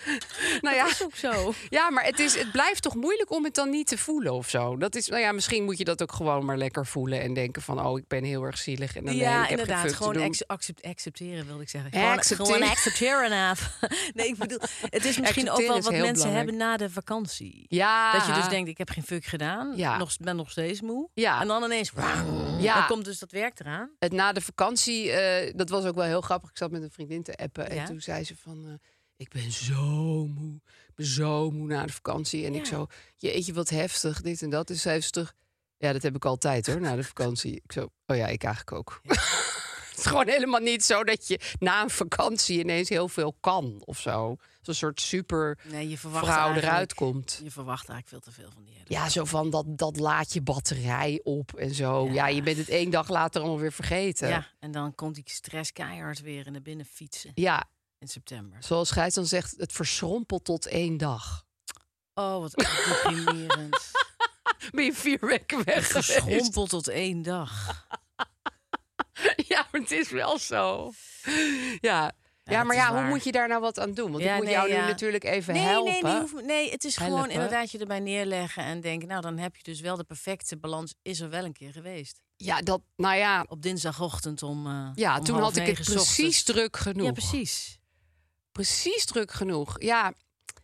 Nou ja, Dat is ook zo. ja, maar het, is, het blijft toch moeilijk om het dan niet te voelen of zo. Dat is, nou ja, misschien moet je dat ook gewoon maar lekker voelen en denken van, oh, ik ben heel erg zielig. En dan nee, Ja, ik heb geen inderdaad. fuck te Gewoon doen. ex- accept- accepteren, wilde ik zeggen. Gewoon, Accepteren. gewoon accepteren. af. Nee, ik bedoel, het is misschien ook Accepteren wel is wat heel mensen belangrijk. hebben na de vakantie. Ja. Dat je dus denkt, ik heb geen fuck gedaan. Ja. Nog, ben nog steeds moe. Ja. En dan ineens, Ja. dan komt dus dat werk eraan. Het na de vakantie, eh, dat was ook wel heel grappig. Ik zat met een vriendin te appen en Ja. toen zei ze van, eh, ik ben zo moe. Ik ben zo moe na de vakantie. En Ja. ik zo, jeetje, wat heftig, dit en dat. Dus zei ze terug, ja, dat heb ik altijd hoor, na de vakantie. Ik zo, oh ja, ik eigenlijk ook. Het is gewoon helemaal niet zo dat je na een vakantie ineens heel veel kan of zo. Zo'n soort super Nee, je verwacht vrouw eigenlijk- eruit komt. Je verwacht eigenlijk veel te veel van die hele Ja, zo van dat, dat laat je batterij op en zo. Ja. Ja. je bent het één dag later allemaal weer vergeten. Ja, en dan komt die stress keihard weer in de binnen fietsen ja. in september. Zoals Gijs dan zegt, het verschrompelt tot één dag. Oh, wat deprimerend. Ben je vier weken weg geweest? Verschrompeld tot één dag. Ja, maar het is wel zo. Ja, ja, dat maar is ja, hoe waar. moet je daar nou wat aan doen? Want Ja, ik moet nee, jou nu ja. natuurlijk even Nee, helpen. nee, nee, hoeft- nee, het is gewoon Helpen. inderdaad je erbij neerleggen en denken... nou, dan heb je dus wel de perfecte balans, is er wel een keer geweest. Ja, dat, nou ja, Op dinsdagochtend om uh, ja om toen half had ik het negen 's precies ochtends. druk genoeg. Ja, precies. Precies druk genoeg. Ja,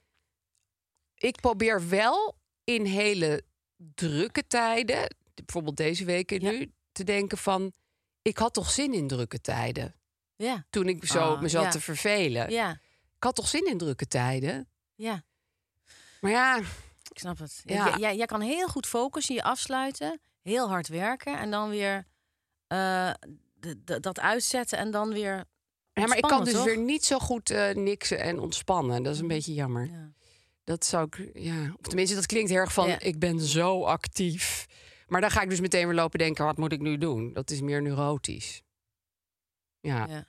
ik probeer wel in hele drukke tijden, bijvoorbeeld deze weken Ja. nu, te denken van, ik had toch zin in drukke tijden. Ja, Toen ik zo Ah, me zat ja. te vervelen. ja, Ik had toch zin in drukke tijden. ja. Maar ja, Ik snap het. Ja. Ja. Jij, jij kan heel goed focussen, je afsluiten, heel hard werken... en dan weer eh, de- de- dat uitzetten en dan weer ja maar ik kan ontspannen, dus toch? weer niet zo goed eh, niksen en ontspannen. Dat is een beetje jammer. Ja. Dat zou ik, ja. Of tenminste, dat klinkt heel erg van, Ja. ik ben zo actief. Maar dan ga ik dus meteen weer lopen denken, wat moet ik nu doen? Dat is meer neurotisch. Ja. Ja.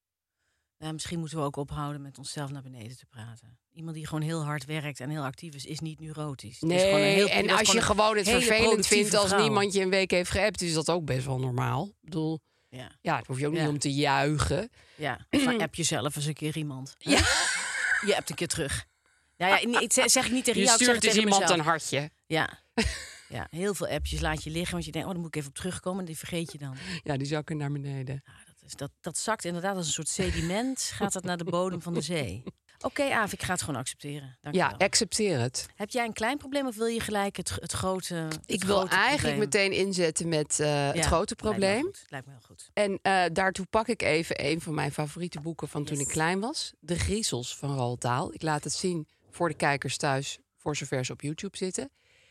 Ja, misschien moeten we ook ophouden met onszelf naar beneden te praten. Iemand die gewoon heel hard werkt en heel actief is, is niet neurotisch. Het is gewoon een Nee, heel- en dat is als je een gewoon het hele vervelend productieve vindt als vrouw. niemand je een week heeft geappt, is dat ook best wel normaal. Ik bedoel, Ja, ja, daar hoef je ook niet Ja. om te juichen. ja. Of dan app je zelf eens een keer iemand. Ja. Je appt een keer terug. Ja, ja, nee, ik zeg zeg ik niet tegen Je jou, ik zeg stuurt het dus tegen iemand een mezelf. hartje. Ja. Ja, heel veel appjes laat je liggen, want je denkt, oh, daar moet ik even op terugkomen. En die vergeet je dan. Ja, die zakken naar beneden. Ja, dat, is, dat, dat zakt inderdaad als een soort sediment, gaat dat naar de bodem van de zee. Oké, Aaf, ik ga het gewoon accepteren. Dank je Ja, wel. accepteer het. Heb jij een klein probleem of wil je gelijk het, het grote het Ik wil grote eigenlijk probleem? meteen inzetten met eh, het Ja, grote lijkt me probleem. goed, Lijkt me heel goed. En eh, daartoe pak ik even een van mijn favoriete boeken van toen Yes. ik klein was. De Griezels van Roald Dahl. Ik laat het zien voor de kijkers thuis, voor zover ze op YouTube zitten.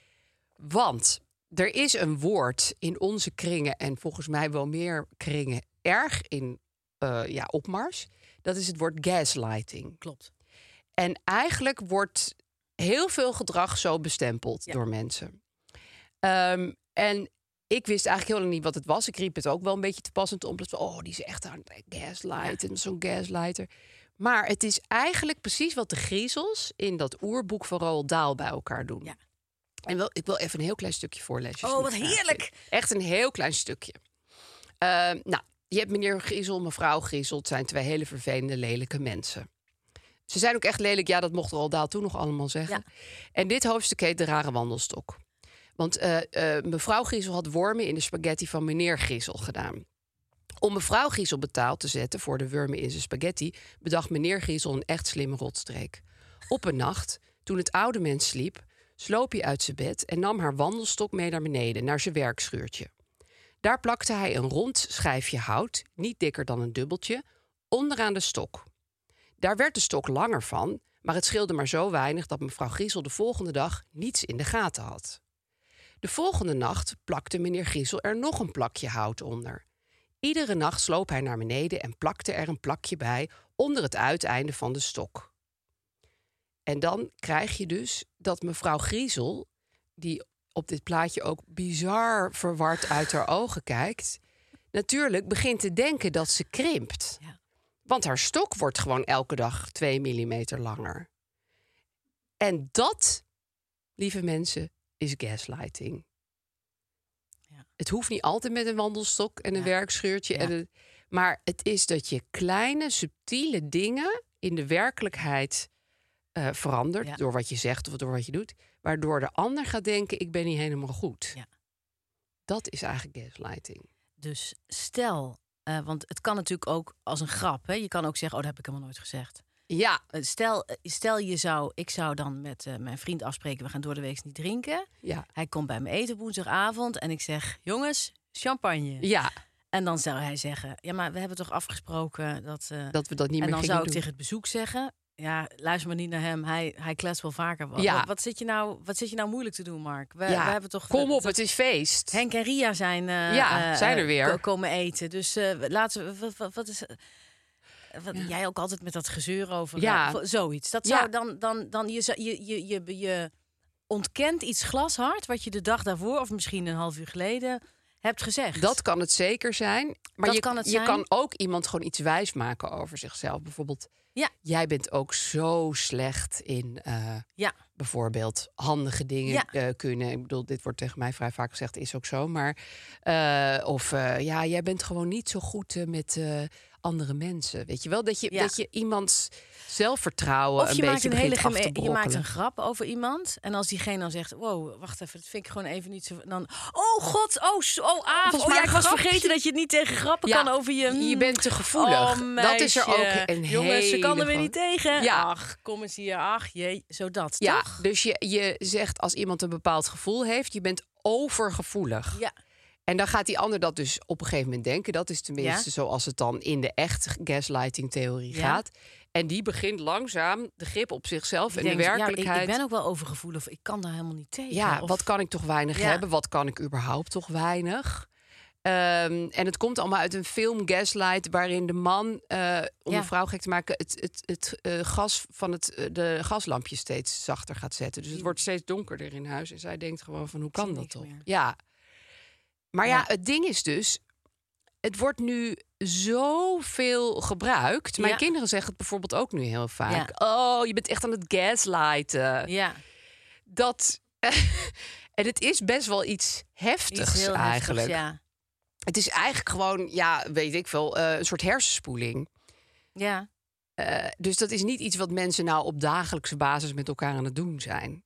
Want er is een woord in onze kringen en volgens mij wel meer kringen erg in eh, ja, opmars. Dat is het woord gaslighting. Klopt. En eigenlijk wordt heel veel gedrag zo bestempeld Ja. door mensen. Ehm, en ik wist eigenlijk heel lang niet wat het was. Ik riep het ook wel een beetje te passend om. Dat we, oh, die is echt aan het gaslighten, zo'n gaslighter. Maar het is eigenlijk precies wat de griezels in dat oerboek van Roald Dahl bij elkaar doen. Ja. En wel, ik wil even een heel klein stukje voorlezen. als Oh, je wat het graag heerlijk. vindt. Echt een heel klein stukje. Ehm, nou, je hebt meneer Griezel, mevrouw Griezel. Het zijn twee hele vervelende, lelijke mensen. Ze zijn ook echt lelijk. Ja, dat mocht Roald Dahl toen nog allemaal zeggen. Ja. En dit hoofdstuk heet De Rare Wandelstok. Want eh, eh, mevrouw Griezel had wormen in de spaghetti van meneer Griezel gedaan. Om mevrouw Griezel betaald te zetten voor de wormen in zijn spaghetti, bedacht meneer Griezel een echt slimme rotstreek. Op een nacht, toen het oude mens sliep, sloop hij uit zijn bed en nam haar wandelstok mee naar beneden, naar zijn werkschuurtje. Daar plakte hij een rond schijfje hout, niet dikker dan een dubbeltje, onderaan de stok. Daar werd de stok langer van, maar het scheelde maar zo weinig dat mevrouw Griezel de volgende dag niets in de gaten had. De volgende nacht plakte meneer Griezel er nog een plakje hout onder. Iedere nacht sloop hij naar beneden en plakte er een plakje bij onder het uiteinde van de stok. En dan krijg je dus dat mevrouw Griezel, die op dit plaatje ook bizar verward uit haar ogen kijkt, natuurlijk begint te denken dat ze krimpt. Ja. Want haar stok wordt gewoon elke dag twee millimeter langer. En dat, lieve mensen, is gaslighting. Ja. Het hoeft niet altijd met een wandelstok en een Ja. werkscheurtje. Ja. En een, maar het is dat je kleine, subtiele dingen in de werkelijkheid uh, verandert Ja. door wat je zegt of door wat je doet, waardoor de ander gaat denken, ik ben niet helemaal goed. Ja. Dat is eigenlijk gaslighting. Dus stel, uh, want het kan natuurlijk ook als een grap. Hè? Je kan ook zeggen, oh, dat heb ik helemaal nooit gezegd. Ja, Uh, Stel, uh, stel je zou, ik zou dan met uh, mijn vriend afspreken, we gaan door de week niet drinken. ja, Hij komt bij me eten op woensdagavond en ik zeg, jongens, champagne. ja, En dan zou hij zeggen, ja, maar we hebben toch afgesproken dat... Uh, dat we dat niet en meer dan gingen zou ik doen. tegen het bezoek zeggen, ja, luister maar niet naar hem. Hij, hij kletst wel vaker. Wat, Ja. wat, wat, zit je nou, wat zit je nou moeilijk te doen, Mark? We, ja, we hebben toch... kom op, dat- het is feest. Henk en Ria zijn, uh, Ja, uh, zijn er weer. ko- komen eten. Dus uh, laten we... Wat, wat, wat is... uh, Wat, Ja. Jij ook altijd met dat gezeur over Ja. uh, zoiets. Dat Ja. zou dan, dan, dan je, zou- je, je, je, je ontkent iets glashard wat je de dag daarvoor of misschien een half uur geleden hebt gezegd. Dat kan het zeker zijn. Maar Dat je, kan het je zijn. kan ook iemand gewoon iets wijs maken over zichzelf. Bijvoorbeeld, Ja. jij bent ook zo slecht in uh, Ja. bijvoorbeeld handige dingen Ja. uh, kunnen. Ik bedoel, dit wordt tegen mij vrij vaak gezegd, is ook zo. Maar uh, of uh, ja, jij bent gewoon niet zo goed uh, met uh, andere mensen. Weet je wel, dat je, Ja. dat je iemands zelfvertrouwen Of een je maakt beetje een hele begint af te geme- je maakt brokkelen. een grap over iemand en als diegene dan zegt, wow, wacht even, dat vind ik gewoon even niet zo. Dan, oh god, oh, so- oh Aaf, was oh maar ja, ik een was grapje. vergeten dat je het niet tegen grappen Ja, kan over je. je mm. bent te gevoelig. Oh, Dat is er ook meisje. een Jongens, ze kan er weer hele niet tegen. Ja. Ach, kom eens hier, ach jee, zo dat, Ja, toch? dus je, je zegt als iemand een bepaald gevoel heeft, je bent overgevoelig. Ja. En dan gaat die ander dat dus op een gegeven moment denken. Dat is tenminste Ja. zoals het dan in de echt gaslighting-theorie Ja. gaat. En die begint langzaam de grip op zichzelf Die en de denkt, ja, ik, werkelijkheid. ik ben ook wel overgevoelig, ik kan daar helemaal niet tegen. Ja, Of- wat kan ik toch weinig Ja. hebben? Wat kan ik überhaupt toch weinig? Ehm, en het komt allemaal uit een film Gaslight, waarin de man, eh, om Ja. een vrouw gek te maken, het, het, het eh, gas van het, eh, de gaslampjes steeds zachter gaat zetten. Dus het wordt steeds donkerder in huis. En zij denkt gewoon van, hoe kan zie dat niks toch? meer. Ja. Maar ja. Ja. het ding is dus, het wordt nu zoveel gebruikt. Mijn Ja. kinderen zeggen het bijvoorbeeld ook nu heel vaak. Oh, je bent echt aan het gaslighten. Ja, Dat... en het is best wel iets heftigs iets heel eigenlijk. heftigs, ja. Het is eigenlijk gewoon, ja, weet ik veel, eh, een soort hersenspoeling. Ja. Eh, dus dat is niet iets wat mensen nou op dagelijkse basis met elkaar aan het doen zijn.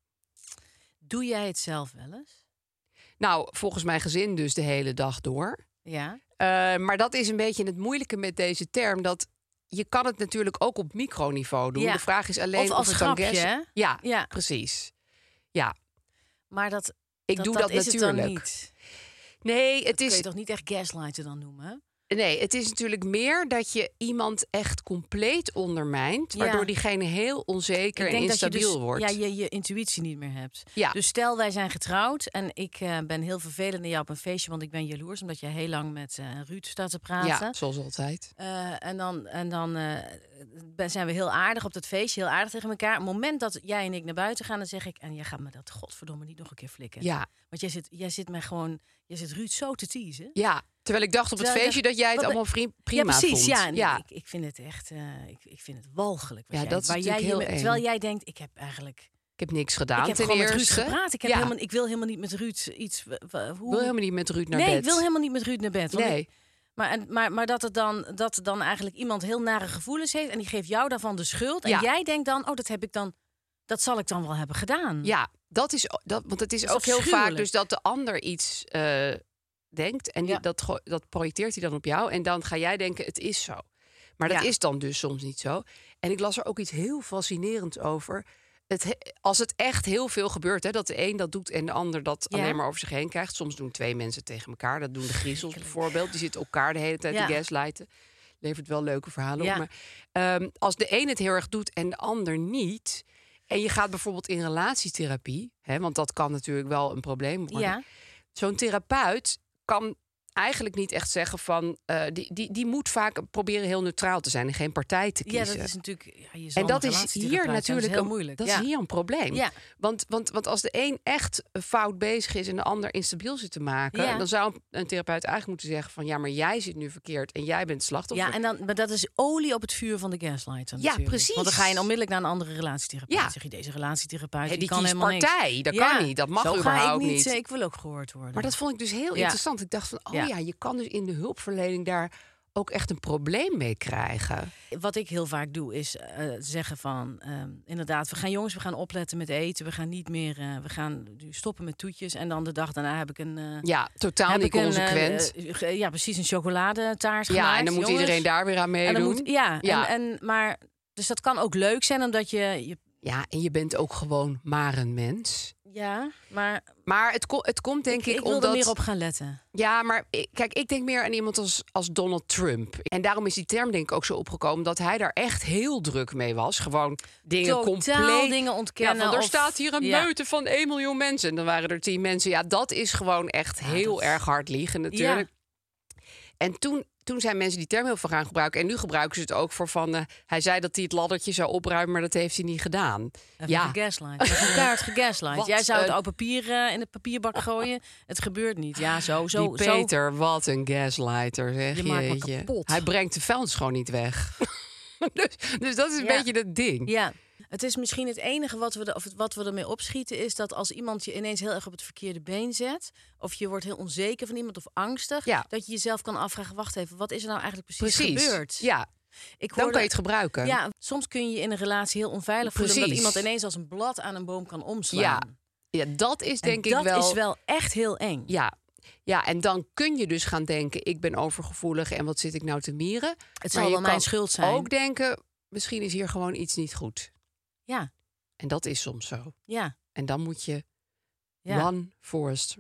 Doe jij het zelf wel eens? Nou, volgens mijn gezin dus de hele dag door. Ja. Uh, maar dat is een beetje het moeilijke met deze term. Dat je kan het natuurlijk ook op microniveau doen. Ja. De vraag is alleen Of of, als het grapje, dan gas... hè? Ja, Ja. precies. Ja, Maar dat, ik dat, doe dat dat, is natuurlijk. het dan niet. Nee, het Kun is je toch niet echt gaslighten dan noemen? Hè? Nee, het is natuurlijk meer dat je iemand echt compleet ondermijnt, Ja. waardoor diegene heel onzeker en instabiel je dus, wordt. Ja, je je intuïtie niet meer hebt. Ja. Dus stel, wij zijn getrouwd en ik uh, ben heel vervelend naar jou op een feestje, want ik ben jaloers omdat jij heel lang met uh, Ruud staat te praten. Ja, zoals altijd. Uh, en dan, en dan uh, zijn we heel aardig op dat feestje, heel aardig tegen elkaar. Op het moment dat jij en ik naar buiten gaan, dan zeg ik, en jij gaat me dat godverdomme niet nog een keer flikken. Ja, Want jij zit, jij zit mij gewoon, jij zit Ruud zo te teasen. ja. Terwijl ik dacht op het Terwijl ik feestje dacht, dat jij het wat- allemaal vri- prima ja, precies. vond. Ja, nee, ja. Ik, ik vind het echt, uh, ik, ik vind het walgelijk. wat Ja, jij- dat is waar jij natuurlijk heel hiermee- eng. Terwijl jij denkt, ik heb eigenlijk, Ik heb niks gedaan ik heb ten gewoon met eerste. Ruud gepraat. Ik, heb ja. helemaal, ik wil helemaal niet met Ruud iets. w- w- Hoe? Ik wil helemaal niet met Ruud naar nee, bed. ik wil helemaal niet met Ruud naar bed. want Nee. ik- maar, en, maar, maar dat het dan, dat het dan eigenlijk iemand heel nare gevoelens heeft en die geeft jou daarvan de schuld. En Ja. jij denkt dan, oh, dat heb ik dan, dat zal ik dan wel hebben gedaan. Ja, dat is, dat, want het is, Dat is ook heel vaak afschuwelijk. dus dat de ander iets uh, denkt en die, Ja. dat, go- dat projecteert hij dan op jou en dan ga jij denken het is zo. Maar dat Ja. is dan dus soms niet zo. En ik las er ook iets heel fascinerends over. Het, he- als het echt heel veel gebeurt, hè, dat de een dat doet en de ander dat Ja. alleen maar over zich heen krijgt. Soms doen twee mensen tegen elkaar. Dat doen de griezels bijvoorbeeld. Die zitten elkaar de hele tijd Ja. te gaslighten. Levert wel leuke verhalen Ja. op. Maar um, als de een het heel erg doet en de ander niet. En je gaat bijvoorbeeld in relatietherapie. Hè, want dat kan natuurlijk wel een probleem worden. Ja. Zo'n therapeut kan eigenlijk niet echt zeggen van... Uh, die, die, die moet vaak proberen heel neutraal te zijn en geen partij te Ja, kiezen. dat is natuurlijk. Ja, je zal En dat een is relatietherapeut hier zijn, natuurlijk dat is heel een, moeilijk. dat ja. is hier een probleem. Ja. Want, want, want als de een echt fout bezig is en de ander instabiel zit te maken... Ja. dan zou een therapeut eigenlijk moeten zeggen van... ja, maar jij zit nu verkeerd en jij bent het slachtoffer. Ja, en dan, maar dat is olie op het vuur van de gaslighter. Ja, natuurlijk. precies. Want dan ga je onmiddellijk naar een andere relatietherapeut. Ja. Dan zeg je, deze relatietherapeut Hey, die die kan kiest helemaal partij. niks. Dat Ja. kan niet. Dat mag Zo ga überhaupt ik niet. niet. eh, Ik wil ook gehoord worden. Maar dat vond ik dus heel Ja. interessant. Ik dacht van, oh ja. Ja. je kan dus in de hulpverlening daar ook echt een probleem mee krijgen. Wat ik heel vaak doe is uh, zeggen van... Uh, inderdaad, we gaan jongens, we gaan opletten met eten. We gaan niet meer, uh, we gaan stoppen met toetjes. En dan de dag daarna heb ik een... Uh, ja, totaal niet consequent. Uh, uh, ja, precies, een chocoladetaart ja, gemaakt. Ja, en dan moet jongens. iedereen daar weer aan meedoen. En dan moet, ja, ja. En, en, maar... Dus dat kan ook leuk zijn, omdat je... je ja, en je bent ook gewoon maar een mens. Ja, maar... Maar het, ko- het komt denk ik, ik, ik wil omdat... er meer op gaan letten. Ja, maar ik, kijk, ik denk meer aan iemand als, als Donald Trump. En daarom is die term denk ik ook zo opgekomen... dat hij daar echt heel druk mee was. Gewoon dingen Totaal compleet... dingen ontkennen. Ja, van, er of, staat hier een ja. meute van één miljoen mensen. En dan waren er tien mensen. Ja, dat is gewoon echt ja, heel dat... erg hard liegen natuurlijk. Ja. En toen... Toen zijn mensen die term heel veel gaan gebruiken. En nu gebruiken ze het ook voor van... Uh, hij zei dat hij het laddertje zou opruimen, maar dat heeft hij niet gedaan. Even ja. gegaslight. Even kaart gegaslight. Jij zou het oud papier uh, in de papierbak gooien. Het gebeurt niet. Ja, zo, zo. Die Peter, zo. Wat een gaslighter, zeg je. Je maakt me kapot. Hij brengt de vuilnis gewoon niet weg. dus, dus dat is een ja. beetje het ding. Ja. Het is misschien het enige wat we, de, of wat we ermee opschieten... is dat als iemand je ineens heel erg op het verkeerde been zet... of je wordt heel onzeker van iemand of angstig... Ja. dat je jezelf kan afvragen... wacht even, wat is er nou eigenlijk precies, precies. gebeurd? Ja, ik hoorde... dan kan je het gebruiken. Ja, soms kun je in een relatie heel onveilig precies. voelen... omdat iemand ineens als een blad aan een boom kan omslaan. Ja, ja dat is denk en ik dat wel... dat is wel echt heel eng. Ja. Ja, en dan kun je dus gaan denken... ik ben overgevoelig en wat zit ik nou te mieren? Het zal wel mijn schuld zijn. Ook denken, misschien is hier gewoon iets niet goed. Ja. En dat is soms zo. Ja. En dan moet je ja. run, Forrest.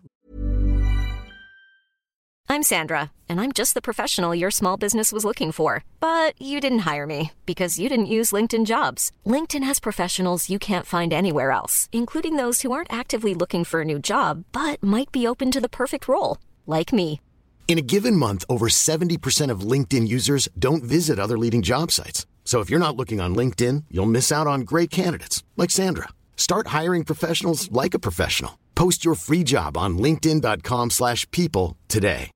I'm Sandra, and I'm just the professional your small business was looking for. But you didn't hire me because you didn't use LinkedIn Jobs. LinkedIn has professionals you can't find anywhere else, including those who aren't actively looking for a new job, but might be open to the perfect role, like me. In a given month, over seventy percent of LinkedIn users don't visit other leading job sites. So if you're not looking on LinkedIn, you'll miss out on great candidates like Sandra. Start hiring professionals like a professional. Post your free job on linkedin dot com slash people today.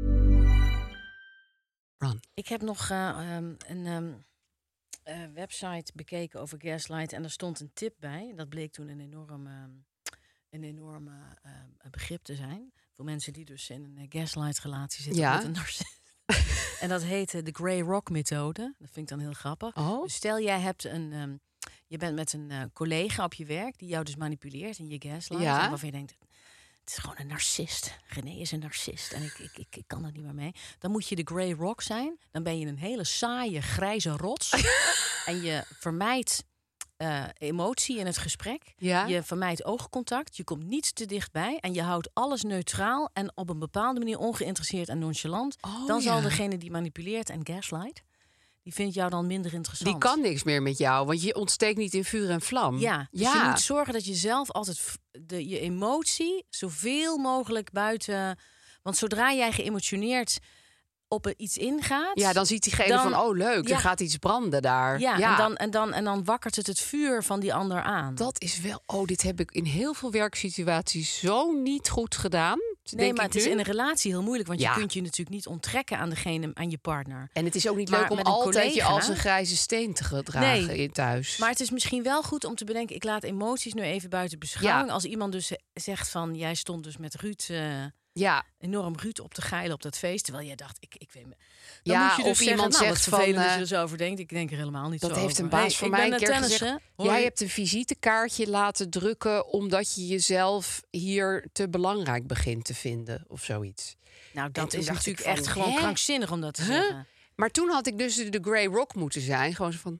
Run. Ik heb nog uh, um, een um, uh, website bekeken over gaslight en er stond een tip bij. Dat bleek toen een enorm, uh, een enorm uh, uh, begrip te zijn voor mensen die dus in een gaslight relatie zitten ja. met een narcist. En dat heet de Grey Rock methode. Dat vind ik dan heel grappig. Oh. Dus stel jij hebt een, um, je bent met een uh, collega op je werk die jou dus manipuleert in je gaslight. Ja. En waarvan je denkt, het is gewoon een narcist. René is een narcist en ik, ik, ik, ik kan er niet meer mee. Dan moet je de Grey Rock zijn. Dan ben je een hele saaie, grijze rots. En je vermijdt uh, emotie in het gesprek. Ja. Je vermijdt oogcontact. Je komt niet te dichtbij. En je houdt alles neutraal en op een bepaalde manier ongeïnteresseerd en nonchalant. Oh, dan ja. zal degene die manipuleert en gaslight, die vindt jou dan minder interessant. Die kan niks meer met jou, want je ontsteekt niet in vuur en vlam. Ja, dus ja. je moet zorgen dat je zelf altijd de, je emotie zoveel mogelijk buiten... Want zodra jij geëmotioneerd op iets ingaat... Ja, dan ziet diegene dan, van, oh leuk, ja. er gaat iets branden daar. Ja, ja. En, dan, en, dan, en dan wakkert het het vuur van die ander aan. Dat is wel... Oh, dit heb ik in heel veel werksituaties zo niet goed gedaan. Nee, denk maar ik het is nu. in een relatie heel moeilijk. Want Ja. je kunt je natuurlijk niet onttrekken aan degene, aan je partner. En het is ook niet Maar leuk om met een altijd je collega- als een grijze steen te gedragen Nee. in thuis. Maar het is misschien wel goed om te bedenken... ik laat emoties nu even buiten beschouwing. Ja. Als iemand dus zegt van... jij stond dus met Ruud... Uh, ja. enorm Ruud op te geilen op dat feest. Terwijl jij dacht, ik, ik weet me... Dan Ja, moet je dus of zeggen, iemand nou, zegt wat vervelend van, dat uh, je er zo over denkt. Ik denk er helemaal niet Dat zo heeft over. een baas Hey, van ik mij ben een keer tennissen. gezegd. Hoi. Jij hebt een visitekaartje laten drukken omdat je jezelf hier te belangrijk begint te vinden of zoiets. Nou, En dat toen is dacht natuurlijk ik van, echt gewoon hè? krankzinnig om dat te Huh? zeggen. Maar toen had ik dus de Grey Rock moeten zijn. Gewoon zo van,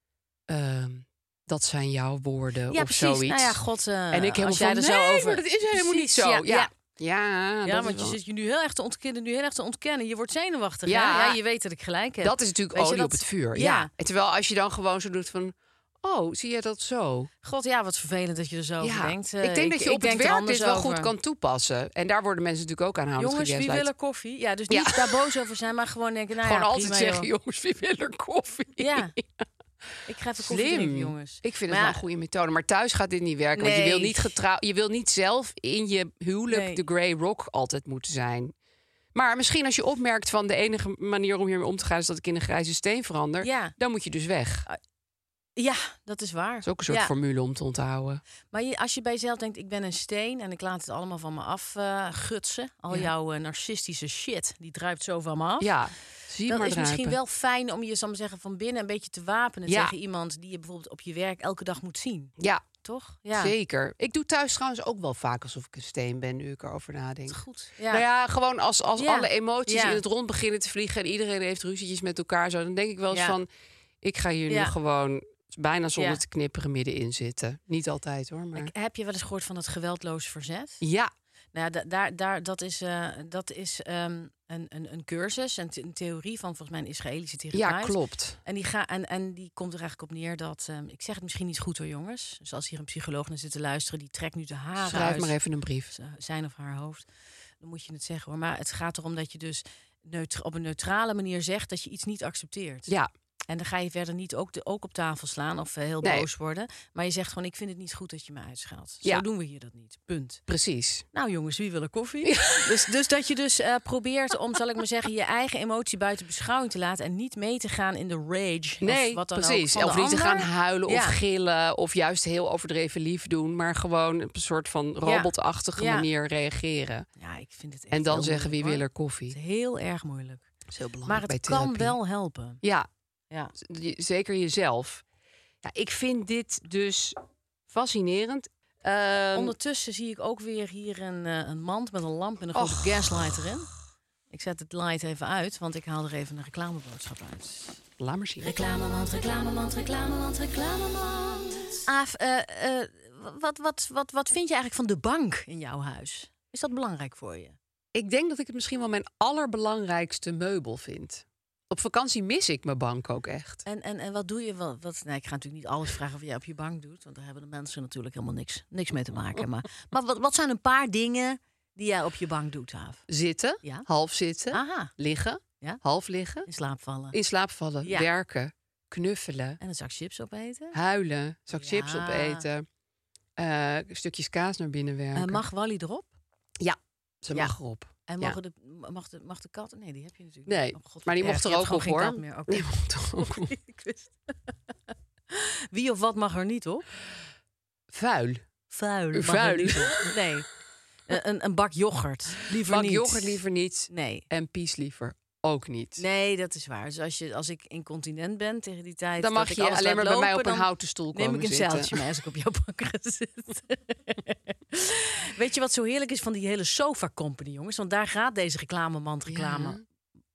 uh, dat zijn jouw woorden Ja, of precies. zoiets. Nou ja, god, uh, en ik helemaal als jij van, er nee, zo over... maar dat is helemaal Precies, niet zo. Ja, Ja, ja. ja, Ja, dat want is je wel- zit je nu heel erg te ontkennen, nu heel erg te ontkennen. Je wordt zenuwachtig. Ja. Ja, ja je weet dat ik gelijk heb. Dat is natuurlijk Weet je olie dat- op het vuur. Ja. Ja. En terwijl als je dan gewoon zo doet van, oh, zie je dat zo? God, ja, wat vervelend dat je er zo over Ja. denkt. Uh, ik denk dat je op het denk er werk anders dit wel over. goed kan toepassen. En daar worden mensen natuurlijk ook aanhoudend Jongens, wie gegaslight. willen koffie? Ja, dus niet Ja. daar boos over zijn, maar gewoon denken... Nou Gewoon ja, altijd prima, zeggen, joh. jongens, wie wil er koffie? Ja. Ik ga even koffie Slim. drinken, jongens. Ik vind Maar het wel ja, een goede methode. Maar thuis gaat dit niet werken. Want je Nee. wil niet, getrouw, je wil niet zelf in je huwelijk Nee. de Grey Rock altijd moeten zijn. Maar misschien als je opmerkt van de enige manier om hiermee om te gaan is dat ik in een grijze steen verander. Ja. Dan moet je dus weg. Ja, dat is waar. Dat is ook een soort ja. formule om te onthouden. Maar je, als je bij jezelf denkt, ik ben een steen en ik laat het allemaal van me afgutsen. Uh, al Ja. jouw uh, narcistische shit, die druipt zo van me af. Ja, zie je Dan maar is het druipen. misschien wel fijn om je, zal ik maar zeggen, van binnen een beetje te wapenen Ja. tegen iemand die je bijvoorbeeld op je werk elke dag moet zien. Ja, Toch? Ja. zeker. Ik doe thuis trouwens ook wel vaak alsof ik een steen ben, nu ik erover nadenk. Goed. Ja. Nou ja, gewoon als, als Ja. alle emoties Ja. in het rond beginnen te vliegen... en iedereen heeft ruzietjes met elkaar, zo, dan denk ik wel eens Ja. van... ik ga hier Ja. nu gewoon bijna zonder Ja. te knipperen middenin zitten. Niet altijd hoor, maar... Ik- Heb je wel eens gehoord van het geweldloos verzet? Ja, Nou ja, da- daar, daar, dat is, uh, dat is um, een, een, een cursus, een, een theorie van volgens mij een Israëlische therapeut. ja, klopt. En die, ga, en, en die komt er eigenlijk op neer dat... Um, ik zeg het misschien niet goed hoor, jongens. Dus als hier een psycholoog naar zit te luisteren... die trekt nu de haren Schrijf uit maar even een brief. z- zijn of haar hoofd. Dan moet je het zeggen hoor. Maar het gaat erom dat je dus neutra- op een neutrale manier zegt... dat je iets niet accepteert. Ja, En dan ga je verder niet ook, de, ook op tafel slaan of uh, heel Nee. boos worden. Maar je zegt gewoon, ik vind het niet goed dat je me uitscheldt. Zo Ja. doen we hier dat niet. Punt. precies. Nou jongens, wie wil een koffie? Dus, dus dat je dus uh, probeert om, zal ik maar zeggen... je eigen emotie buiten beschouwing te laten... en niet mee te gaan in de rage. Nee, of wat dan precies. ook van Of de niet te gaan ander. huilen Ja. of gillen... of juist heel overdreven lief doen... maar gewoon op een soort van robotachtige Ja. manier reageren. Ja, ik vind het echt En dan heel zeggen, wie moeilijk, wil hoor. er koffie? Het is heel erg moeilijk. Dat is heel Maar belangrijk het bij kan therapie. wel helpen. Ja, Ja. je- zeker jezelf. Ja, ik vind dit dus fascinerend. Ehm, Ondertussen zie ik ook weer hier een, uh, een mand met een lamp en een grote Och. gaslight erin. Ik zet het light even uit, want ik haal er even een reclameboodschap uit. Laat maar zien. Reclamemand, reclamemand, reclamemand, reclamemand. Aaf, uh, uh, wat, wat, wat, wat vind je eigenlijk van de bank in jouw huis? Is dat belangrijk voor je? Ik denk dat ik het misschien wel mijn allerbelangrijkste meubel vind. Op vakantie mis ik mijn bank ook echt. En, en, en wat doe je? Wat, wat, nou, ik ga natuurlijk niet alles vragen wat jij op je bank doet. Want daar hebben de mensen natuurlijk helemaal niks, niks mee te maken. Maar, maar wat, wat zijn een paar dingen die jij op je bank doet, Aaf? Zitten, Ja. half zitten, Aha, liggen, Ja. half liggen, in slaap vallen. in slaap vallen, Ja. werken, knuffelen, En een zak chips opeten. huilen, zak Ja. chips opeten, eh, stukjes kaas naar binnen werken. Uh, mag Wally erop? Ze Ja. mag erop. En Ja. mogen de, mag, de, mag de kat? Nee, die heb je natuurlijk Nee, niet. Oh, God, maar die wat mocht erg. er Je hebt ook gewoon op, geen hoor. kat meer. Oké. Die mocht er ook op. Ik wist. Wie of wat mag er niet op? Vuil. Vuil. mag Vuil. er niet op. Nee. Een, een, een bak yoghurt. Liever Bak niet. yoghurt liever niet. Nee. En pies liever ook niet. Nee, dat is waar. Dus als, je, als ik incontinent ben tegen die tijd... Dan dat mag ik je alles alleen maar laat bij mij op lopen, een dan houten stoel komen neem ik een zitten. zeiltje mee als ik op jouw bank ga zitten. Weet je wat zo heerlijk is van die hele sofa company, jongens? Want daar gaat deze reclamemand reclame Ja.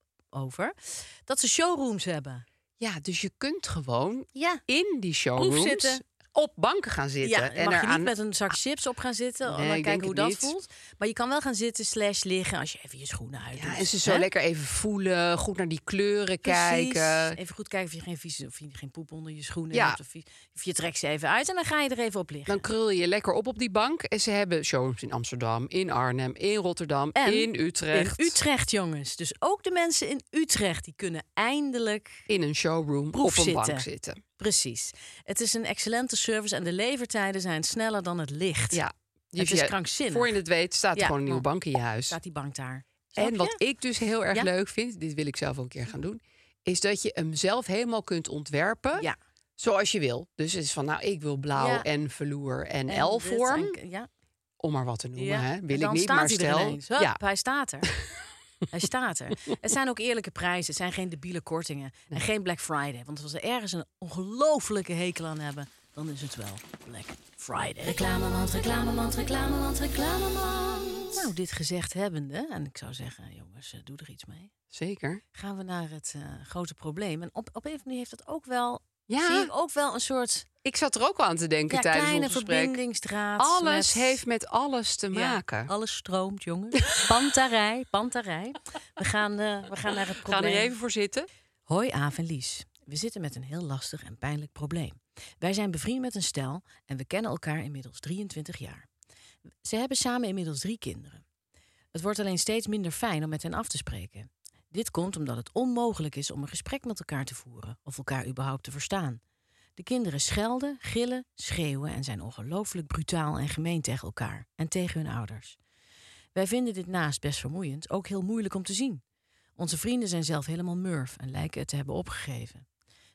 over. Dat ze showrooms hebben. Ja, dus je kunt gewoon Ja. in die showrooms zitten. op banken gaan zitten. Ja, en mag je eraan- niet met een zak chips op gaan zitten. Nee, en dan ik kijken denk hoe het dat niet. voelt. Maar je kan wel gaan zitten slash liggen als je even je schoenen uit Ja, doet, en ze zo hè? lekker even voelen, goed naar die kleuren Precies. kijken. Even goed kijken of je geen vieze, of je geen poep onder je schoenen Ja. hebt. Of je, of je trekt ze even uit en dan ga je er even op liggen. Dan krul je je lekker op op die bank. En ze hebben showrooms in Amsterdam, in Arnhem, in Rotterdam, En in Utrecht. In Utrecht, jongens. Dus ook de mensen in Utrecht, die kunnen eindelijk... In een showroom Proef op een zitten. bank zitten. Precies. Het is een excellente service en de levertijden zijn sneller dan het licht. Ja. Het is krankzinnig. Voor je het weet staat er Ja. gewoon een nieuwe bank in je huis. Staat die bank daar. Snap En wat je? ik dus heel erg Ja? leuk vind, dit wil ik zelf ook een keer gaan doen, is dat je hem zelf helemaal kunt ontwerpen Ja. zoals je wil. Dus het is van, nou, ik wil blauw Ja. en velour en, En L-vorm. dit en- Ja. Om maar wat te noemen, Ja. hè? En Wil ik dan niet, staat maar hij er stel. ineens. Hup, Ja, hij staat er. Hij staat er. Het zijn ook eerlijke prijzen. Het zijn geen debiele kortingen. En geen Black Friday. Want als we er ergens een ongelofelijke hekel aan hebben... dan is het wel Black Friday. Reclamemand, reclamemand, reclamemand, reclamemand. Nou, dit gezegd hebbende... en ik zou zeggen, jongens, eh, doe er iets mee... zeker. gaan we naar het uh, grote probleem. En op, op een of andere manier heeft dat ook wel... Ja. zie ik ook wel een soort Ik zat er ook al aan te denken ja, tijdens kleine ons gesprek. verbindingsdraad. Alles met- heeft met alles te Ja, maken. alles stroomt, jongens. Pantarij, pantarij. We gaan, uh, we gaan naar het Ga probleem. er even voor zitten. Hoi, Aaf en Lies. We zitten met een heel lastig en pijnlijk probleem. Wij zijn bevriend met een stel en we kennen elkaar inmiddels drieëntwintig jaar. Ze hebben samen inmiddels drie kinderen. Het wordt alleen steeds minder fijn om met hen af te spreken. Dit komt omdat het onmogelijk is om een gesprek met elkaar te voeren of elkaar überhaupt te verstaan. De kinderen schelden, gillen, schreeuwen en zijn ongelooflijk brutaal en gemeen tegen elkaar en tegen hun ouders. Wij vinden dit naast best vermoeiend ook heel moeilijk om te zien. Onze vrienden zijn zelf helemaal murf en lijken het te hebben opgegeven.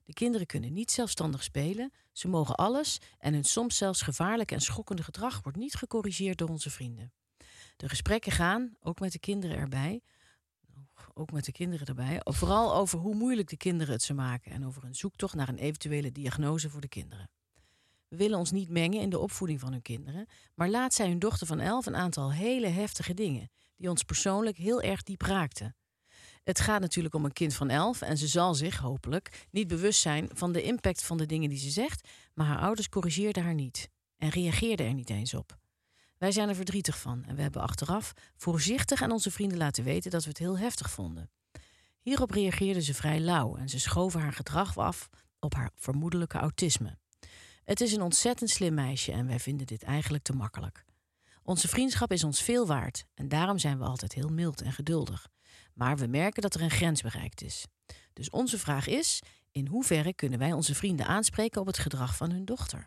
De kinderen kunnen niet zelfstandig spelen. Ze mogen alles en hun soms zelfs gevaarlijke en schokkende gedrag wordt niet gecorrigeerd door onze vrienden. De gesprekken gaan, ook met de kinderen erbij, ook met de kinderen erbij, vooral over hoe moeilijk de kinderen het ze maken en over een zoektocht naar een eventuele diagnose voor de kinderen. We willen ons niet mengen in de opvoeding van hun kinderen, maar laat zij hun dochter van elf een aantal hele heftige dingen die ons persoonlijk heel erg diep raakten. Het gaat natuurlijk om een kind van elf en ze zal zich, hopelijk, niet bewust zijn van de impact van de dingen die ze zegt, maar haar ouders corrigeerden haar niet en reageerden er niet eens op. Wij zijn er verdrietig van en we hebben achteraf voorzichtig aan onze vrienden laten weten dat we het heel heftig vonden. Hierop reageerde ze vrij lauw en ze schoven haar gedrag af op haar vermoedelijke autisme. Het is een ontzettend slim meisje en wij vinden dit eigenlijk te makkelijk. Onze vriendschap is ons veel waard en daarom zijn we altijd heel mild en geduldig. Maar we merken dat er een grens bereikt is. Dus onze vraag is, in hoeverre kunnen wij onze vrienden aanspreken op het gedrag van hun dochter?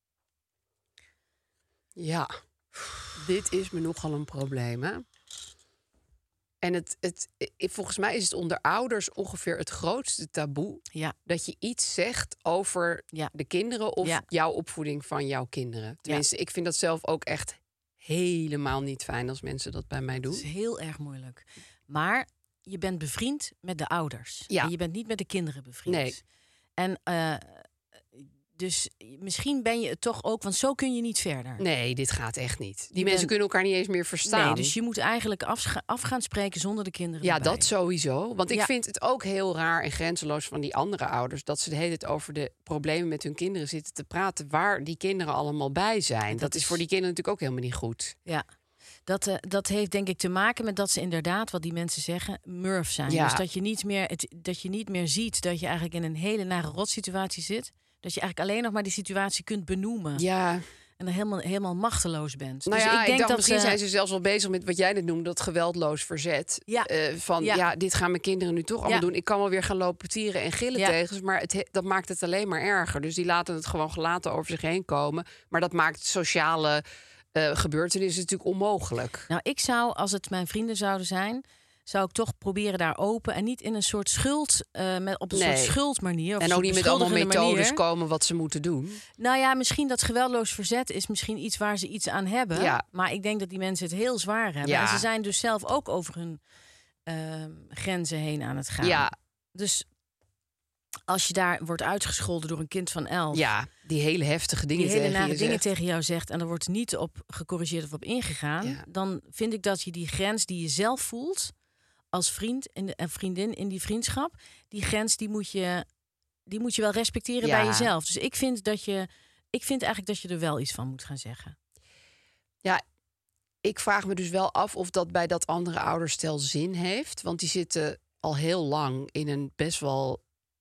Ja, dit is me nogal een probleem, hè? En het, het, volgens mij is het onder ouders ongeveer het grootste taboe... Ja. dat je iets zegt over Ja. de kinderen of Ja. jouw opvoeding van jouw kinderen. Tenminste, ik vind dat zelf ook echt helemaal niet fijn als mensen dat bij mij doen. Dat is heel erg moeilijk. Maar je bent bevriend met de ouders. Ja. En je bent niet met de kinderen bevriend. Nee. En uh, dus misschien ben je het toch ook, want zo kun je niet verder. Nee, dit gaat echt niet. Die Je mensen bent- kunnen elkaar niet eens meer verstaan. Nee, dus je moet eigenlijk af, af gaan spreken zonder de kinderen Ja, erbij. dat sowieso. Want ik Ja. vind het ook heel raar en grenzeloos van die andere ouders... dat ze de hele tijd over de problemen met hun kinderen zitten te praten... waar die kinderen allemaal bij zijn. Dat, dat is is- voor die kinderen natuurlijk ook helemaal niet goed. Ja. Dat, uh, dat heeft denk ik te maken met dat ze inderdaad, wat die mensen zeggen, murf zijn. Ja. Dus dat je, niet meer, het, dat je niet meer ziet dat je eigenlijk in een hele nare rotsituatie zit. Dat je eigenlijk alleen nog maar die situatie kunt benoemen. Ja, En dan helemaal, helemaal machteloos bent. nou dus ja, ik denk dacht dat misschien uh, zijn ze zelfs wel bezig met wat jij net noemde... dat geweldloos verzet. Ja. Eh, van, ja. Ja. dit gaan mijn kinderen nu toch allemaal Ja. doen. Ik kan wel weer gaan lopen tieren en gillen Ja. tegen ze... maar het, he- dat maakt het alleen maar erger. Dus die laten het gewoon gelaten over zich heen komen. Maar dat maakt sociale uh, gebeurtenissen natuurlijk onmogelijk. Nou, ik zou, als het mijn vrienden zouden zijn, zou ik toch proberen daar open en niet in een soort schuld, uh, met, op een Nee. soort schuldmanier. Of En een ook soort niet met allemaal beschuldigende methodes manier. komen wat ze moeten doen. Nou ja, misschien dat geweldloos verzet is misschien iets waar ze iets aan hebben. Ja. Maar ik denk dat die mensen het heel zwaar hebben. Ja. En ze zijn dus zelf ook over hun uh, grenzen heen aan het gaan. Ja, Dus als je daar wordt uitgescholden door een kind van elf... ja, die hele heftige dingen die hele tegen nare je dingen zegt. tegen jou zegt en er wordt niet op gecorrigeerd of op ingegaan, Ja. dan vind ik dat je die grens die je zelf voelt als vriend en en vriendin in die vriendschap, die grens die moet je, die moet je wel respecteren Ja. bij jezelf. Dus ik vind dat je, ik vind eigenlijk dat je er wel iets van moet gaan zeggen. Ja, ik vraag me dus wel af of dat bij dat andere ouderstel zin heeft. Want die zitten al heel lang in een best wel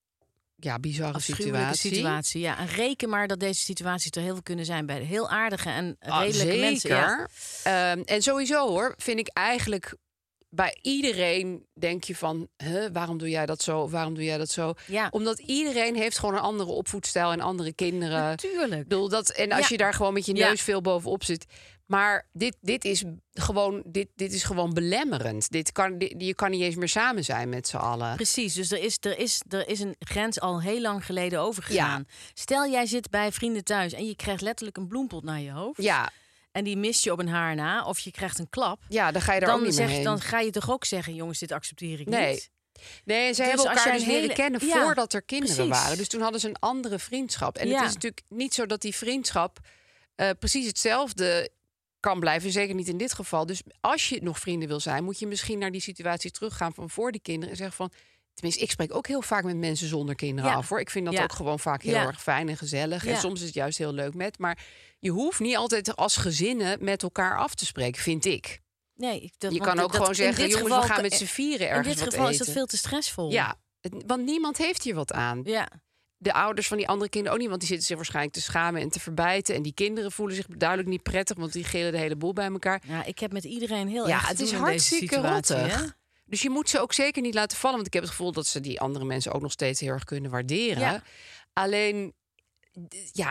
ja, bizarre Afschuwelijke situatie. situatie. Ja, en reken maar dat deze situaties er heel veel kunnen zijn bij heel aardige en Ah, redelijke zeker. mensen. Ja. Ehm, en sowieso hoor, vind ik eigenlijk bij iedereen denk je van, huh, waarom doe jij dat zo? Waarom doe jij dat zo? Ja. Omdat iedereen heeft gewoon een andere opvoedstijl en andere kinderen. Natuurlijk. Ik bedoel, dat, en als Ja. je daar gewoon met je Ja. neus veel bovenop zit. Maar dit, dit, is gewoon, dit, dit is gewoon belemmerend. Dit kan, dit, je kan niet eens meer samen zijn met z'n allen. Precies, dus er is, er, is, er is een grens al heel lang geleden overgegaan. Stel, jij zit bij vrienden thuis en je krijgt letterlijk een bloempot naar je hoofd. Ja, En die mist je op een haar na, of je krijgt een klap. ja, dan ga je daar ook Dan, niet zeg, meer heen. dan ga je toch ook zeggen, jongens, dit accepteer ik Nee. niet. Nee, en ze Dus hebben als elkaar jij dus een leren hele- kennen Ja, voordat er kinderen precies. waren. Dus toen hadden ze een andere vriendschap. En Ja. het is natuurlijk niet zo dat die vriendschap uh, precies hetzelfde kan blijven. Zeker niet in dit geval. Dus als je nog vrienden wil zijn, moet je misschien naar die situatie teruggaan van voor die kinderen en zeggen van, tenminste, ik spreek ook heel vaak met mensen zonder kinderen Ja. af, hoor. Ik vind dat Ja. ook gewoon vaak heel Ja. erg fijn en gezellig. En Ja. soms is het juist heel leuk met. Maar je hoeft niet altijd als gezinnen met elkaar af te spreken, vind ik. Nee, ik- dat, Je want kan ook dat- gewoon in zeggen, dit jongens, geval- we gaan met z'n vieren In ergens dit wat geval is eten. dat veel te stressvol. Ja, het- want niemand heeft hier wat aan. Ja. De ouders van die andere kinderen ook niet, want die zitten zich waarschijnlijk te schamen en te verbijten. En die kinderen voelen zich duidelijk niet prettig, want die gillen de hele boel bij elkaar. Ja, ik heb met iedereen heel Ja, erg te het is doen in deze hartstikke situatie, rottig. hè? Dus je moet ze ook zeker niet laten vallen, want ik heb het gevoel dat ze die andere mensen ook nog steeds heel erg kunnen waarderen. Ja. Alleen, d- ja,